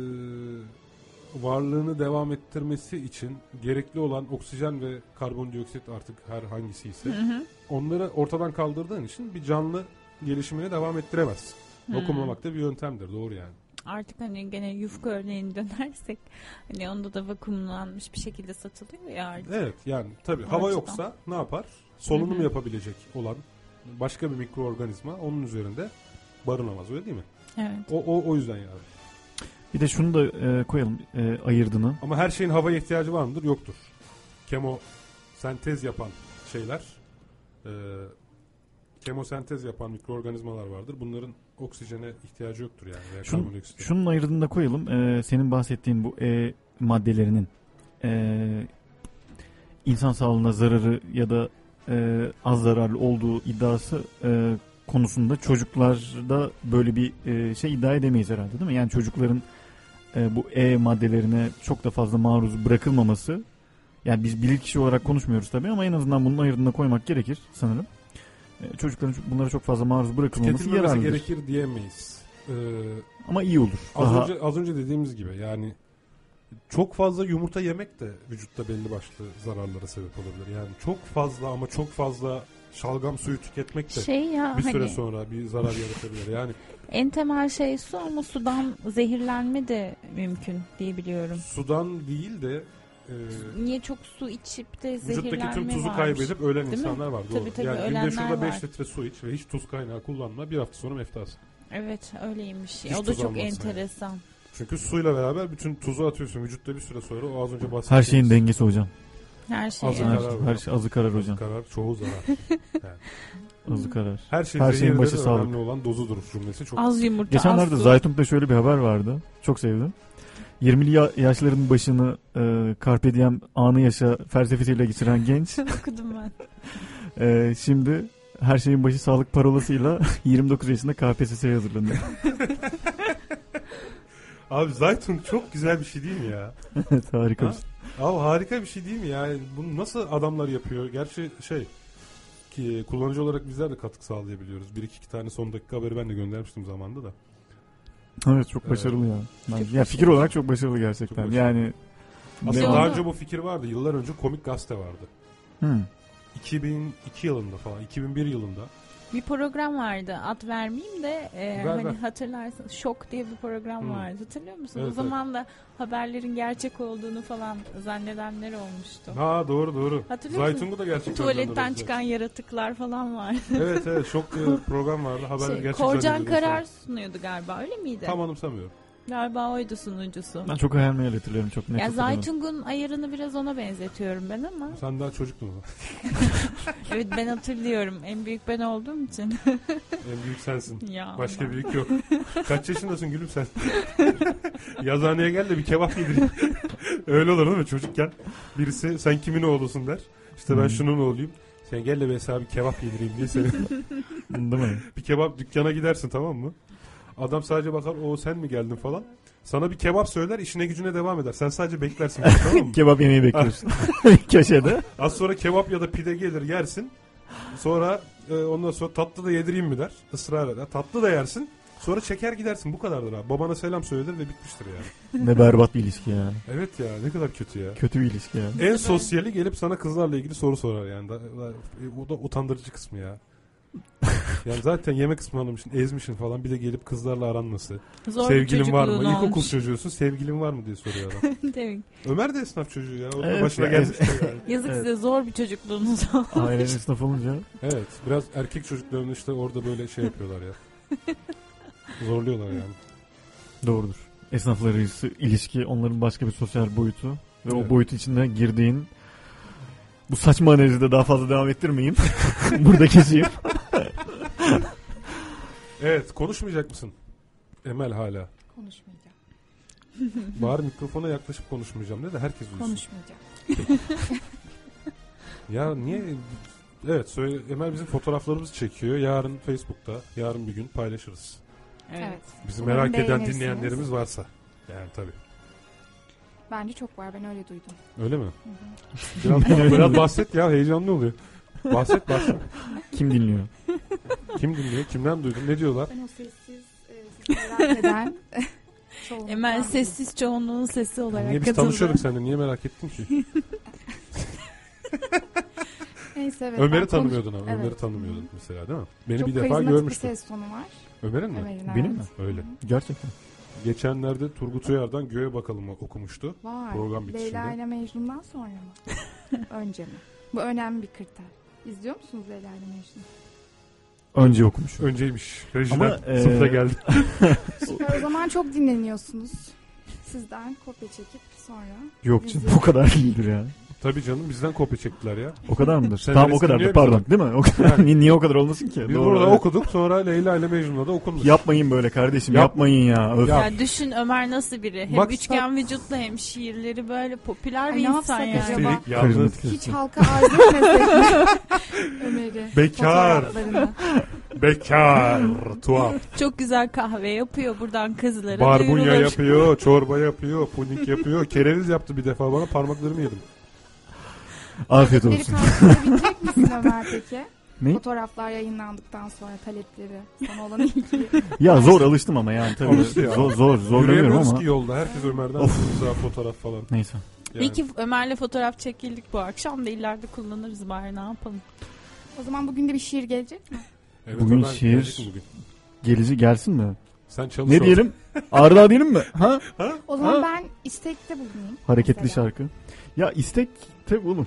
varlığını devam ettirmesi için gerekli olan oksijen ve karbondioksit artık her hangisi ise Hı hı. onları ortadan kaldırdığın için bir canlı gelişimine devam ettiremezsin. Hı. Vakumlamak da bir yöntemdir doğru yani. Artık hani gene yufka örneğine dönersek hani onda da vakumlanmış bir şekilde satılıyor ya artık. Evet yani tabii O hava açıdan. yoksa ne yapar? Solunum Hı hı. yapabilecek olan başka bir mikroorganizma onun üzerinde barınamaz öyle değil mi? Evet. O, o, o yüzden yani. bir de şunu da e, koyalım e, ayırdığını. Ama her şeyin havaya ihtiyacı var mıdır? Yoktur. Kemo sentez yapan şeyler e, kemosentez yapan mikroorganizmalar vardır. Bunların oksijene ihtiyacı yoktur yani. Veya Şun, karbondioksite. şunun ayrıldığında koyalım. Ee, senin bahsettiğin bu E maddelerinin e, insan sağlığına zararı ya da e, az zararlı olduğu iddiası e, konusunda çocuklarda böyle bir e, şey iddia edemeyiz herhalde, değil mi? Yani çocukların e, bu E maddelerine çok da fazla maruz bırakılmaması, yani biz bilirkişi olarak konuşmuyoruz tabii ama en azından bunun ayrıldığına koymak gerekir sanırım. E, çocukların bunlara çok fazla maruz bırakılmaması tüketilmemesi yararlıdır. gerekir diyemeyiz. Ee, Ama iyi olur. az Daha önce az önce dediğimiz gibi yani çok fazla yumurta yemek de vücutta belli başlı zararlara sebep olabilir. Yani çok fazla ama çok fazla şalgam suyu tüketmek de Şey ya bir süre hani sonra bir zarar yaratabilir. Yani en temel şey su ama sudan zehirlenme de mümkün diye biliyorum. sudan değil de e, Niye çok su içip de vücuttaki zehirlenme tüm tuzu var. kaybedip ölen Değil mi? insanlar var. Doğru. Tabii tabii, yani günde ölenler şurada beş var. litre su iç ve hiç tuz kaynağı kullanma, bir hafta sonra meftasın. Evet öyleymiş. Hiç O da tuz çok almazsın enteresan. Çünkü suyla beraber bütün tuzu atıyorsun vücutta, bir süre sonra o az önce bahsettiğimiz her şeyin dengesi hocam. Her şey. Azı evet. karar Her, hocam. her şey azı karar hocam. karar, çoğu zarar. Yani. Azı karar. Her şey Her şeyin zehirdir, başı önemli sağlık. olan dozudur cümlesi çok. Az yumurta, Geçenlerde az su. Zaytung'da şöyle bir haber vardı. Çok sevdim. yirmili ya- yaşların başını e, Carpe Diem anı yaşa felsefesiyle geçiren genç Okudum ben. e, şimdi her şeyin başı sağlık parolasıyla yirmi dokuz yaşında K P S S'ye hazırlanıyor. Abi Zaytun çok güzel bir şey değil mi ya? Evet, harika. Ha? Abi harika bir şey değil mi yani? Bunu nasıl adamlar yapıyor? Gerçi şey ki kullanıcı olarak bizler de katkı sağlayabiliyoruz. Bir iki tane son dakika haberi ben de göndermiştim zamanında da. Evet, çok başarılı ya. Bence. Çok Ya fikir başarılı. olarak çok başarılı gerçekten. Çok başarılı. Yani Aslında Ve daha onu- önce bu fikir vardı. Yıllar önce Komik Gazete vardı. hmm. iki bin iki yılında falan, iki bin bir yılında. Bir program vardı. Ad vermeyeyim de e, Ver, hani ver. hatırlarsın. Şok diye bir program Hmm. vardı. Hatırlıyor musun? Evet, o zaman da haberlerin gerçek olduğunu falan zannedenler olmuştu. Ha doğru doğru. Hatırlıyor musun? Zaytun'u da gerçek Tuvaletten zannediyorlar. çıkan yaratıklar falan var. Evet evet, şok diye bir program vardı. Haberleri Şey, gerçek Korcan zannediyorlar. Karar sunuyordu galiba, öyle miydi? Tam anımsamıyorum. Galiba oydu sunucusu. Ben çok hayal meyal hatırlıyorum, çok net Ya hatırlıyorum. Zaytung'un ayarını biraz ona benzetiyorum ben ama. Sen daha çocuktun o zaman. Evet, ben hatırlıyorum. En büyük ben olduğum için. En büyük sensin. Ya Başka Allah. büyük yok. Kaç yaşındasın gülüm sen? Yazıhaneye gel de bir kebap yedireyim. Öyle olur değil mi çocukken? Birisi sen kimin oğlusun der. İşte ben Hmm. şunun oğluyum. Sen gel de mesela bir kebap yedireyim diye seni. Değil mi? Bir kebap dükkana gidersin, tamam mı? Adam sadece bakar, o sen mi geldin falan. Sana bir kebap söyler, işine gücüne devam eder. Sen sadece beklersin, tamam mı? Kebap yemeği bekliyorsun. Köşede. Az sonra kebap ya da pide gelir, yersin. Sonra e, ondan sonra tatlı da yedireyim mi der. Israr eder. Tatlı da yersin. Sonra çeker gidersin. Bu kadardır abi. Babana selam söyler ve bitmiştir yani. Ne berbat bir ilişki ya. Evet ya, ne kadar kötü ya. Kötü bir ilişki ya. En sosyali gelip sana kızlarla ilgili soru sorar yani. Da, da- e, o da utandırıcı kısmı ya. Yani zaten yemek ısmarlamışsın, ezmişsin falan, bir de gelip kızlarla aran nasıl? Zor bir Sevgilin var mı? çocukluğun İlkokul olmuş. çocuğusun, sevgilin var mı diye soruyor adam. Tabii. Ömer de esnaf çocuğu ya. O da Evet başına ya, gelmişti yani. Yazık Evet. size, zor bir çocukluğunuz olmuş. Ailenin esnaf olunca. Evet, biraz erkek çocuklarını işte orada böyle şey yapıyorlar ya. Zorluyorlar yani. Doğrudur. Esnaflar arası ilişki onların başka bir sosyal boyutu. Ve Evet. o boyut içinde girdiğin bu saçma analizi de daha fazla devam ettirmeyeyim. Burada keseyim. Evet, konuşmayacak mısın? Emel hala. Konuşmayacağım. Bari mikrofona yaklaşıp konuşmayacağım de de herkes duysun. Konuşmayacağım. Ya niye? Evet, söyle, Emel bizim fotoğraflarımızı çekiyor. Yarın Facebook'ta, yarın bir gün paylaşırız. Evet. Bizi Umarım merak eden beğenirsiniz. dinleyenlerimiz varsa. Yani tabii. Bence çok var, ben öyle duydum. Öyle mi? Hı hı. Biraz, biraz bahset ya, heyecanlı oluyor. Bahset bahset. Kim dinliyor? Kim dinliyor? Kimden duydun? Ne diyorlar? Ben o sessiz, e, sizi merak eden çoğunluktan Emel duydum. sessiz çoğunluğun sesi olarak Niye biz katıldı. tanışıyorduk seninle? Niye merak ettin ki? Neyse, evet, Ömer'i ben konuş- tanımıyordun ama. Evet. Ömer'i tanımıyordun mesela, değil mi? Beni Çok bir defa karizmatik görmüştün. bir ses tonu var. Ömer'in mi? Ömer'in, Benim evet. mi? Öyle. Hı hı. Gerçekten. Geçenlerde Turgut Uyar'dan Göğe Bakalım okumuştu. Var. Program bitişinde. Leyla ile Mecnun'dan sonra mı? Önce mi? Bu önemli bir kriter. İzliyor musunuz Leyla ile Mecnun? Önce okumuş. Önceymiş. Rejiden Ama, e, sınıfta geldi. Süper, o zaman çok dinleniyorsunuz. Sizden kopya çekip sonra Yok dizi- canım, bu kadar değildir ya. Tabii canım, bizden kopya çektiler ya. O kadar mıdır? Sen Tamam o neresi kadardır dinliyor pardon musun? değil mi? O kadar. Yani. Niye o kadar olmasın ki? Biz Doğru, burada evet. okuduk, sonra Leyla ile Mecnun'da da okunmuş. Yapmayın böyle kardeşim Yap- yapmayın ya. Öf. Ya- Ya düşün Ömer nasıl biri. Hem Maksat- üçgen vücutlu hem şiirleri böyle popüler Ay, bir ne insan yapsak yani. acaba? Üstelik yalnız, Karizmatik Hiç insan. halka arz etmesek mi? Ömer'i. Bekar. Fotoğraflarını. bekar, tuhaf. Çok güzel kahve yapıyor buradan kızlara Barbunya duyurulur. yapıyor, çorba yapıyor, puding yapıyor. Kereviz yaptı bir defa bana, parmaklarımı yedim. Afiyet Talepleri olsun. karşılayabilecek misin Ömer peki? Ne? Fotoğraflar yayınlandıktan sonra talepleri. Sana olan ilgi. Ya zor alıştım ama yani tabii. Alıştı ya. Zor zor zorlanıyorum Yürüyemiyoruz ama. ki yolda. Herkes Ömer'den Of. güzel fotoğraf falan. Neyse. Yani. İyi ki Ömer'le fotoğraf çekildik bu akşam da ileride kullanırız bari ne yapalım. O zaman bugün de bir şiir gelecek mi? Evet, Bugün Ömer, şiir- gelecek mi bugün? Gelici gelsin mi? Sen çalış. Ne orada. diyelim? Arda diyelim mi? Ha? O zaman Ha? ben istekte bulunayım. Hareketli Mesela. şarkı. Ya istek tabii oğlum.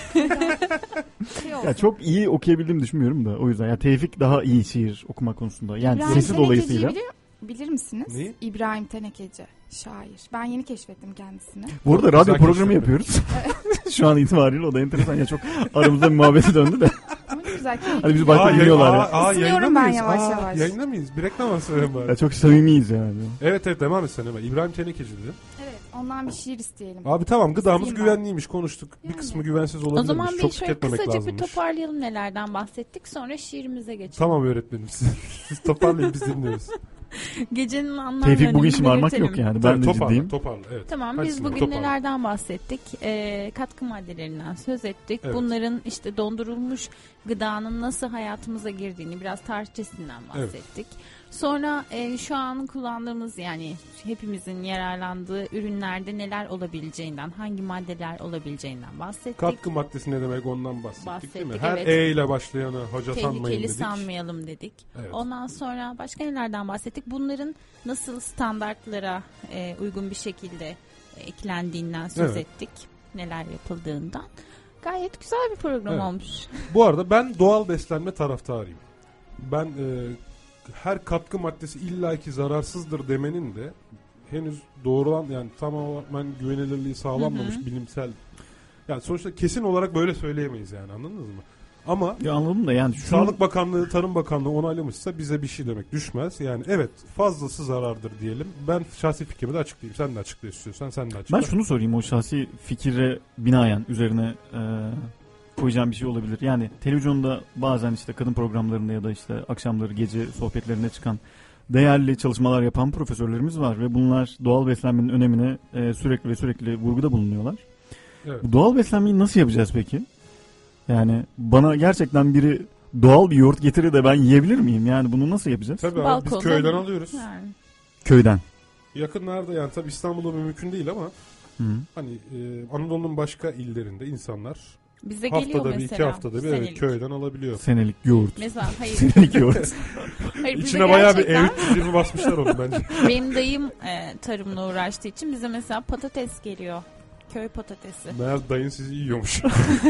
Şey olsun. Ya çok iyi okuyabildiğimi düşünmüyorum da o yüzden. Ya Tevfik daha iyi şiir okuma konusunda. Yani İbrahim sesi Tenekeci'yi dolayısıyla. Bilir, bilir misiniz? Neyi? İbrahim Tenekeci, şair. Ben yeni keşfettim kendisini. Bu arada Güzel radyo programı keşfetme. yapıyoruz. Şu an itibariyle o da enteresan ya çok aramızda bir muhabbete döndü de. Ama ne güzel. keyifli. Hani biz başta Aa, dinliyorlar yayın- ya. aa, aa, Isınıyorum yayında ben mıyız? yavaş Aa, yavaş. Yayında mıyız? Bir reklam var söyleyeyim bari. Ya çok samimiyiz yani. Evet evet, devam et sen hemen. İbrahim Tenekeci dedin. Evet, ondan bir şiir isteyelim. Abi tamam, gıdamız İsteyeyim ben. güvenliymiş, konuştuk. Bir Yani. kısmı güvensiz O olabilirmiş. zaman bir Çok şöyle tüketmemek kısaca bir lazımmış. toparlayalım nelerden bahsettik sonra şiirimize geçelim. Tamam öğretmenim, siz, siz toparlayın, biz dinliyoruz. Gecenin anlam Tevfik bugün önemini şımarmak belirtelim. yok yani. Ben Tabii, de toparla, ciddiyim. toparla, evet. Tamam Hadi biz Sinan, bugün toparla. nelerden bahsettik? Ee, katkı maddelerinden söz ettik. Evet. Bunların işte dondurulmuş gıdanın nasıl hayatımıza girdiğini biraz tarihçesinden bahsettik. Sonra e, şu an kullandığımız yani hepimizin yararlandığı ürünlerde neler olabileceğinden, hangi maddeler olabileceğinden bahsettik. Katkı maddesi ne demek, ondan bahsettik, değil mi? Bahsettik, Her evet. E ile başlayanı hoca sanmayın Tehlikeli dedik. sanmayalım dedik. Evet. Ondan sonra başka nelerden bahsettik? Bunların nasıl standartlara e, uygun bir şekilde e, eklendiğinden söz Evet. ettik. Neler yapıldığından. Gayet güzel bir program Evet. olmuş. Bu arada ben doğal beslenme taraftarıyım. Ben e, her katkı maddesi illaki zararsızdır demenin de henüz doğrulan, yani tamamen güvenilirliği sağlanmamış Hı hı. bilimsel. Yani sonuçta kesin olarak böyle söyleyemeyiz yani, anladınız mı? Ama Ya anladım da yani. Şunu, Sağlık Bakanlığı, Tarım Bakanlığı onaylamışsa bize bir şey demek düşmez. Yani evet, fazlası zarardır diyelim. Ben şahsi fikrimi de açıklayayım. Sen de açıkla istiyorsan, sen de açıkla. Ben şunu sorayım, o şahsi fikire binaen üzerine e, koyacağım bir şey olabilir. Yani televizyonda bazen işte kadın programlarında ya da işte akşamları gece sohbetlerine çıkan değerli çalışmalar yapan profesörlerimiz var ve bunlar doğal beslenmenin önemine e, sürekli ve sürekli vurguda bulunuyorlar. Evet. Bu doğal beslenmeyi nasıl yapacağız peki? Yani bana gerçekten biri doğal bir yoğurt getirir de ben yiyebilir miyim? Yani bunu nasıl yapacağız? Tabii abi, biz Balkonda- köyden alıyoruz. Yani. Köyden. Yakınlarda, yani tabii İstanbul'da mümkün değil ama Hı. hani e, Anadolu'nun başka illerinde insanlar Bize geliyor haftada bir, mesela. iki haftada bir evet, senelik. köyden alabiliyor. Senelik yoğurt. Mesela hayır. Senelik yoğurt. hayır bize İçine bayağı bir gerçekten- ev düzeni basmışlar onu bence. Benim dayım e, tarımla uğraştığı için bize mesela patates geliyor. Köy patatesi. Meğer dayın sizi yiyormuş.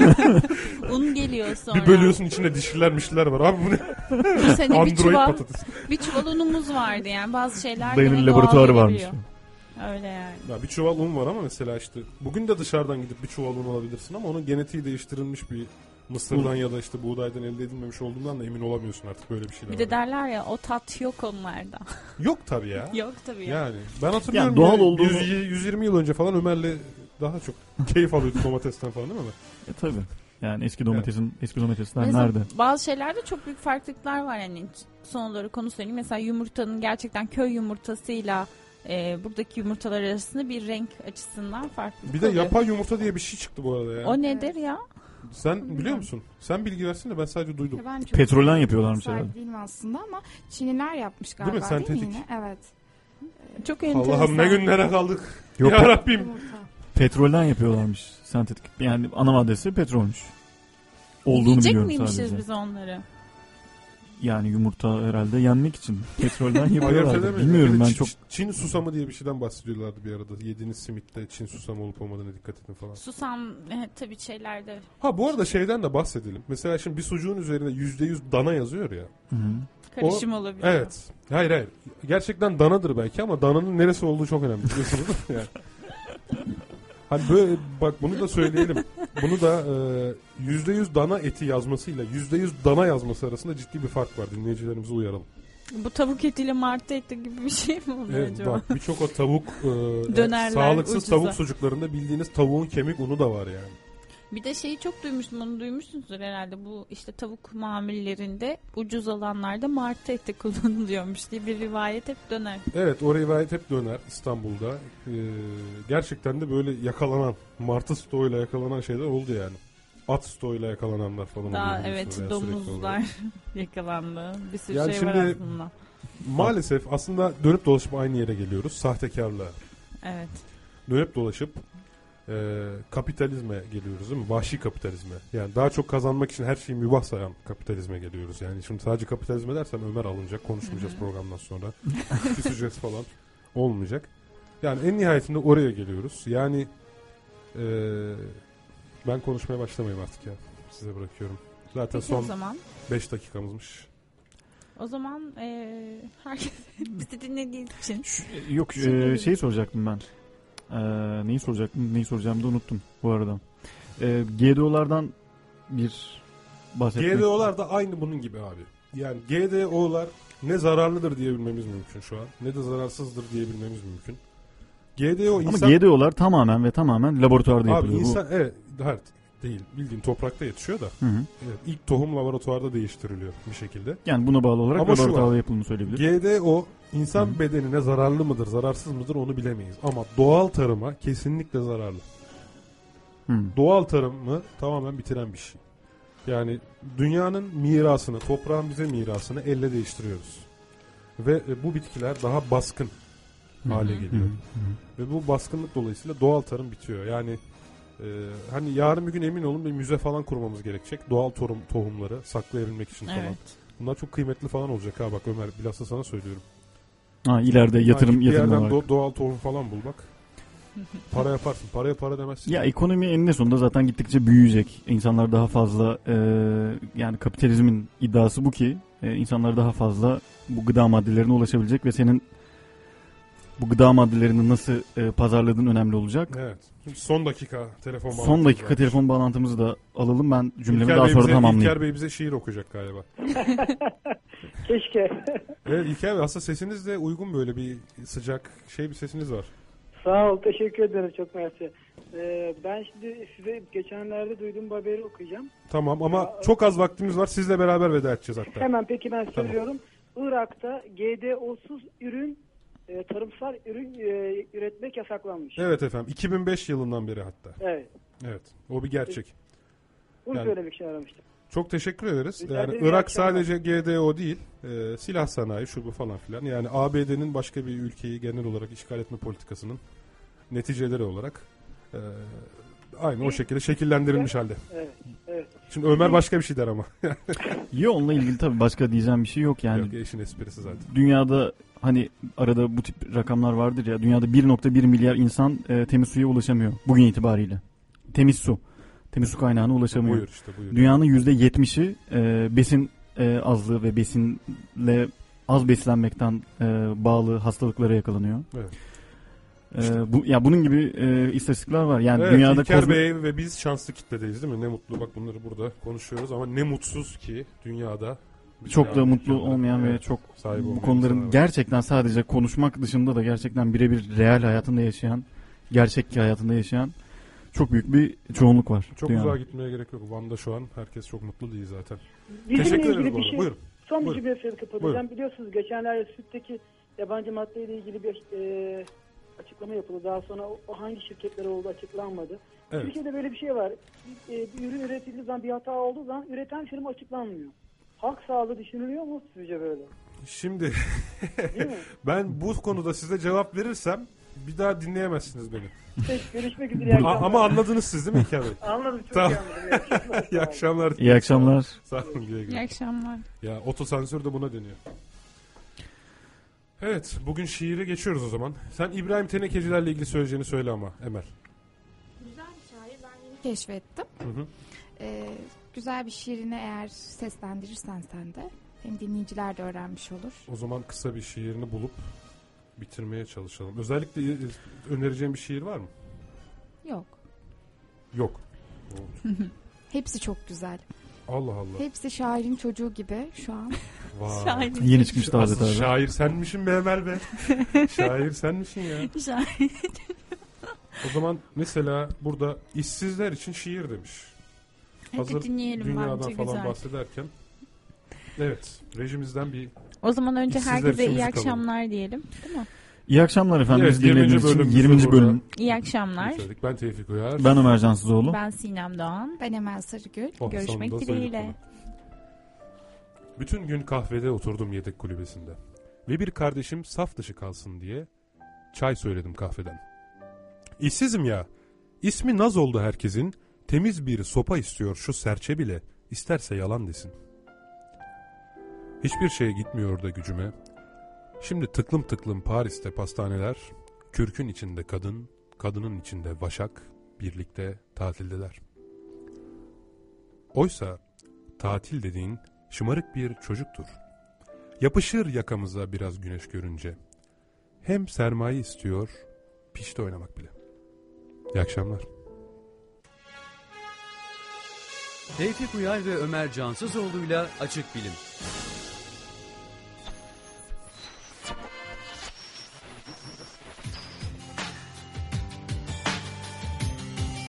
Un geliyor sonra. Bir bölüyorsun, içinde dişliler mişliler var. Abi bu ne? Bu sene bir Android çuval, patates. bir çuval unumuz vardı yani bazı şeyler Dayının gene doğal laboratuvarı varmış. gelebiliyor. Öyle yani. Ya bir çuval un var ama mesela işte bugün de dışarıdan gidip bir çuval un alabilirsin ama onun genetiği değiştirilmiş bir mısırdan ya da işte buğdaydan elde edilmemiş olduğundan da emin olamıyorsun artık, böyle bir şeyler. Bir de var. derler ya o tat yok onlarda. Yok tabii ya. Yok tabii ya. Yani ben hatırlıyorum Yani doğal ya, olduğunu- yüz, yüz yirmi yıl önce falan Ömer'le daha çok keyif alıyorduk domatesten falan, değil mi? E tabii. Yani eski domatesin, eski domatesler Mesela nerede? bazı şeylerde çok büyük farklılıklar var yani son olarak konu söyleyeyim. Mesela yumurtanın gerçekten köy yumurtasıyla e, buradaki yumurtalar arasında bir renk açısından farklılık Bir de oluyor. yapay yumurta diye bir şey çıktı bu arada ya. O nedir ya? Sen biliyor musun? Sen bilgi versin de ben sadece duydum. Ya ben çok Petrolden yapıyorlarmış sahip herhalde. değilim aslında ama Çinliler yapmış galiba Değil mi? Sentetik. yine? Evet. Çok enteresan. Allah'ım ne günlere kaldık. Yok, Ya Rabbim. Yumurta. petrolden yapıyorlarmış sentetik. Yani ana maddesi petrolmüş. Olduğunu Yiyecek biliyorum miymişiz sadece. biz onları? Yani yumurta herhalde yenmek için. Petrolden Ayırt yapıyorlar. edemedim. Bilmiyorum Bir de ben Çin, çok. Çin susamı diye bir şeyden bahsediyorlardı bir arada. Yediğiniz simitte Çin susamı olup olmadığına dikkat edin falan. Susam e, tabii şeylerde Ha bu arada şeyden de bahsedelim. Mesela şimdi bir sucuğun üzerine yüzde yüz dana yazıyor ya. Hı-hı. karışım olabiliyor. Evet. Hayır hayır. Gerçekten danadır belki ama dananın neresi olduğu çok önemli. Biliyorsunuz değil mi? Yani. Hani böyle bak bunu da söyleyelim. Bunu da yüzde yüz dana eti yazmasıyla yüzde yüz dana yazması arasında ciddi bir fark var. Dinleyicilerimizi uyaralım. Bu tavuk etiyle martı eti gibi bir şey mi oluyor Evet, acaba? bak birçok o tavuk e, Dönerler, sağlıksız ucuza. tavuk sucuklarında bildiğiniz tavuğun kemik unu da var yani. Bir de şeyi çok duymuştum, onu duymuşsunuzdur herhalde. Bu işte tavuk mamullerinde ucuz olanlarda martı eti kullanılıyormuş diye bir rivayet hep döner. Evet, o rivayet hep döner İstanbul'da. Ee, gerçekten de böyle yakalanan, martı stoğuyla yakalanan şeyler oldu yani. At stoğuyla yakalananlar falan Daha oluyor. evet, Yani domuzlar yakalandı. Bir sürü Yani şey var şimdi- aslında. Maalesef aslında dönüp dolaşıp aynı yere geliyoruz. Sahtekarlığa. Evet. Dönüp dolaşıp e, kapitalizme geliyoruz değil mi? Vahşi kapitalizme. Yani daha çok kazanmak için her şeyi mübah sayan kapitalizme geliyoruz. Yani şimdi sadece kapitalizme dersem Ömer alınacak. Konuşmayacağız programdan sonra. Küseceğiz falan. Olmayacak. Yani en nihayetinde oraya geliyoruz. Yani e, ben konuşmaya başlamayayım artık ya. Size bırakıyorum. Zaten Peki o son zaman. beş dakikamızmış. O zaman eee herkes bizi dinlediği için. Yok e, şeyi soracaktım ben. E, neyi soracaktım? Neyi soracağımı da unuttum bu arada. E, G D O'lardan bir bahsetmek. G D O'lar da aynı bunun gibi abi. Yani G D O'lar ne zararlıdır diyebilmemiz mümkün şu an. Ne de zararsızdır diyebilmemiz mümkün. G D O insan... Ama G D O'lar tamamen ve tamamen laboratuvarda Abi yapılıyor. insan evet, hayır, değil. Bildiğin toprakta yetişiyor da. Bu. Hı hı. Evet, ilk tohum laboratuvarda değiştiriliyor bir şekilde. Yani buna bağlı olarak Ama şu laboratuvarda var. yapıldığını söyleyebilir. G D O insan Hı. bedenine zararlı mıdır, zararsız mıdır onu bilemeyiz. Ama doğal tarıma kesinlikle zararlı. Hı. Doğal tarımı tamamen bitiren bir şey. Yani dünyanın mirasını, toprağın bize mirasını elle değiştiriyoruz. Ve e, bu bitkiler daha baskın hale geliyor. Hı hı. Ve bu baskınlık dolayısıyla doğal tarım bitiyor. Yani e, hani yarın bir gün emin olun bir müze falan kurmamız gerekecek. Doğal tohum, tohumları saklayabilmek için falan. Evet. Bunlar çok kıymetli falan olacak ha bak Ömer bilhassa sana söylüyorum. Ha, ileride yatırım Ha, bir yatırım yerden olarak. do- doğal tohum falan bulmak. Para yaparsın. Paraya para demezsin. Ya ekonomi eninde sonunda zaten gittikçe büyüyecek. İnsanlar daha fazla e, yani kapitalizmin iddiası bu ki e, insanlar daha fazla bu gıda maddelerine ulaşabilecek ve senin bu gıda maddelerini nasıl e, pazarladığın önemli olacak. Evet. Şimdi son dakika telefon Son bağlantımız dakika varmış. telefon bağlantımızı da alalım. Ben cümlemi İlker daha Bey sonra bize, tamamlayayım. İlker Bey bize şiir okuyacak galiba. Keşke. Evet İlker Bey aslında sesiniz de uygun böyle bir sıcak şey bir sesiniz var. Sağ ol, teşekkür ederim, çok mersi. Ee, ben şimdi size geçenlerde duyduğum bir haberi okuyacağım. Tamam ama Ya, çok az vaktimiz var. Sizle beraber veda edeceğiz hatta. Hemen peki ben Tamam. söylüyorum. Irak'ta G D O'suz ürün, e, tarımsal ürün e, üretmek yasaklanmış. Evet efendim. iki bin beş yılından beri hatta. Evet. Evet. O bir gerçek. Bunu Yani- söylemek için aramıştım. Çok teşekkür ederiz. Rica Yani ederim, iyi Irak akşamlar. sadece G D O değil, e, silah sanayi, şu bu falan filan. Yani A B D'nin başka bir ülkeyi genel olarak işgal etme politikasının neticeleri olarak e, aynı o şekilde şekillendirilmiş halde. Evet. Evet. Şimdi Ömer başka bir şey der ama. Yo, onunla ilgili tabii başka diyeceğim bir şey yok yani. Yok, işin esprisi zaten. Dünyada hani arada bu tip rakamlar vardır ya, dünyada bir nokta bir milyar insan e, temiz suya ulaşamıyor bugün itibariyle. Temiz su. Temiz su kaynağına ulaşamıyor. Buyur işte buyur. Dünyanın yüzde yetmişi e, besin e, azlığı ve besinle az beslenmekten e, bağlı hastalıklara yakalanıyor. Evet. E, bu ya bunun gibi e, istatistikler var. Yani Evet, dünyada İlker kozme- Bey ve biz şanslı kitledeyiz değil mi? Ne mutlu bak bunları burada konuşuyoruz ama ne mutsuz ki dünyada çok da yani mutlu imkanlara, olmayan ve evet, çok sahip bu olmayan konuların insanlar var. gerçekten sadece konuşmak dışında da gerçekten birebir real hayatında yaşayan, gerçek hayatında yaşayan çok büyük bir çoğunluk var. Çok dünyada. uzağa gitmeye gerek yok. Van'da şu an herkes çok mutlu değil zaten. Bizimle Teşekkür ederiz ilgili bu bir arada. şey. Buyurun. Son bir Buyurun. cümle söyleyip kapatacağım. Biliyorsunuz geçenlerde sütteki yabancı maddeyle ilgili bir e, açıklama yapıldı. Daha sonra o, o hangi şirketler oldu açıklanmadı. Evet. Türkiye'de böyle bir şey var. E, bir ürün üretildiği zaman bir hata olduğu zaman üreten firma açıklanmıyor. Halk sağlığı düşünülüyor mu sizce böyle? Şimdi Değil mi? ben bu konuda size cevap verirsem bir daha dinleyemezsiniz beni. Peki, görüşmek üzere. iyi A- akşamlar. ama anladınız siz değil mi İlker Bey? Anladım, çok Tamam. iyi anladım. İyi akşamlar. İyi akşamlar. Sağ olun güle İyi güle. akşamlar. Ya otosansür de buna deniyor. Evet bugün şiire geçiyoruz o zaman. Sen İbrahim Tenekecilerle ilgili söyleyeceğini söyle ama Emel. Güzel bir şair, ben yeni keşfettim. Hı hı. Ee, güzel bir şiirini eğer seslendirirsen sen de hem dinleyiciler de öğrenmiş olur. O zaman kısa bir şiirini bulup bitirmeye çalışalım. Özellikle e, önereceğim bir şiir var mı? Yok. Yok. Hepsi çok güzel. Allah Allah. Hepsi şairin çocuğu gibi şu an. Vay. Şair. Yeni çıkmış taze Asıl taze. şair senmişsin be Emel be. Şair senmişsin ya. Şair. O zaman mesela burada işsizler için şiir demiş. Hadi dinleyelim dünyadan bence falan güzel. bahsederken. Evet, rejimizden bir O zaman önce İşsizler herkese için iyi müzik alalım. akşamlar diyelim. Değil mi? İyi akşamlar efendim. Evet, Biz dinlediğiniz yirminci için bölümümüzde yirminci burada. bölüm. İyi akşamlar. söyledik. Ben Tevfik Uyar. Ben Ömer Cansızoğlu. Ben Sinem Doğan. Ben Emel Sarıgül. Oh, Görüşmek sonunda dileğiyle. söyledik bunu. Bütün gün kahvede oturdum yedek kulübesinde. Ve bir kardeşim saf dışı kalsın diye çay söyledim kahveden. İşsizim ya. İsmi naz oldu herkesin. Temiz bir sopa istiyor şu serçe bile. İsterse yalan desin. Hiçbir şeye gitmiyor da gücüme. Şimdi tıklım tıklım Paris'te pastaneler. Kürkün içinde kadın, kadının içinde vaşak. Birlikte tatildeler. Oysa tatil dediğin şımarık bir çocuktur. Yapışır yakamıza biraz güneş görünce. Hem sermaye istiyor, pişti oynamak bile. İyi akşamlar. Tevfik Uyar ve Ömer Cansızoğlu'yla Açık Bilim.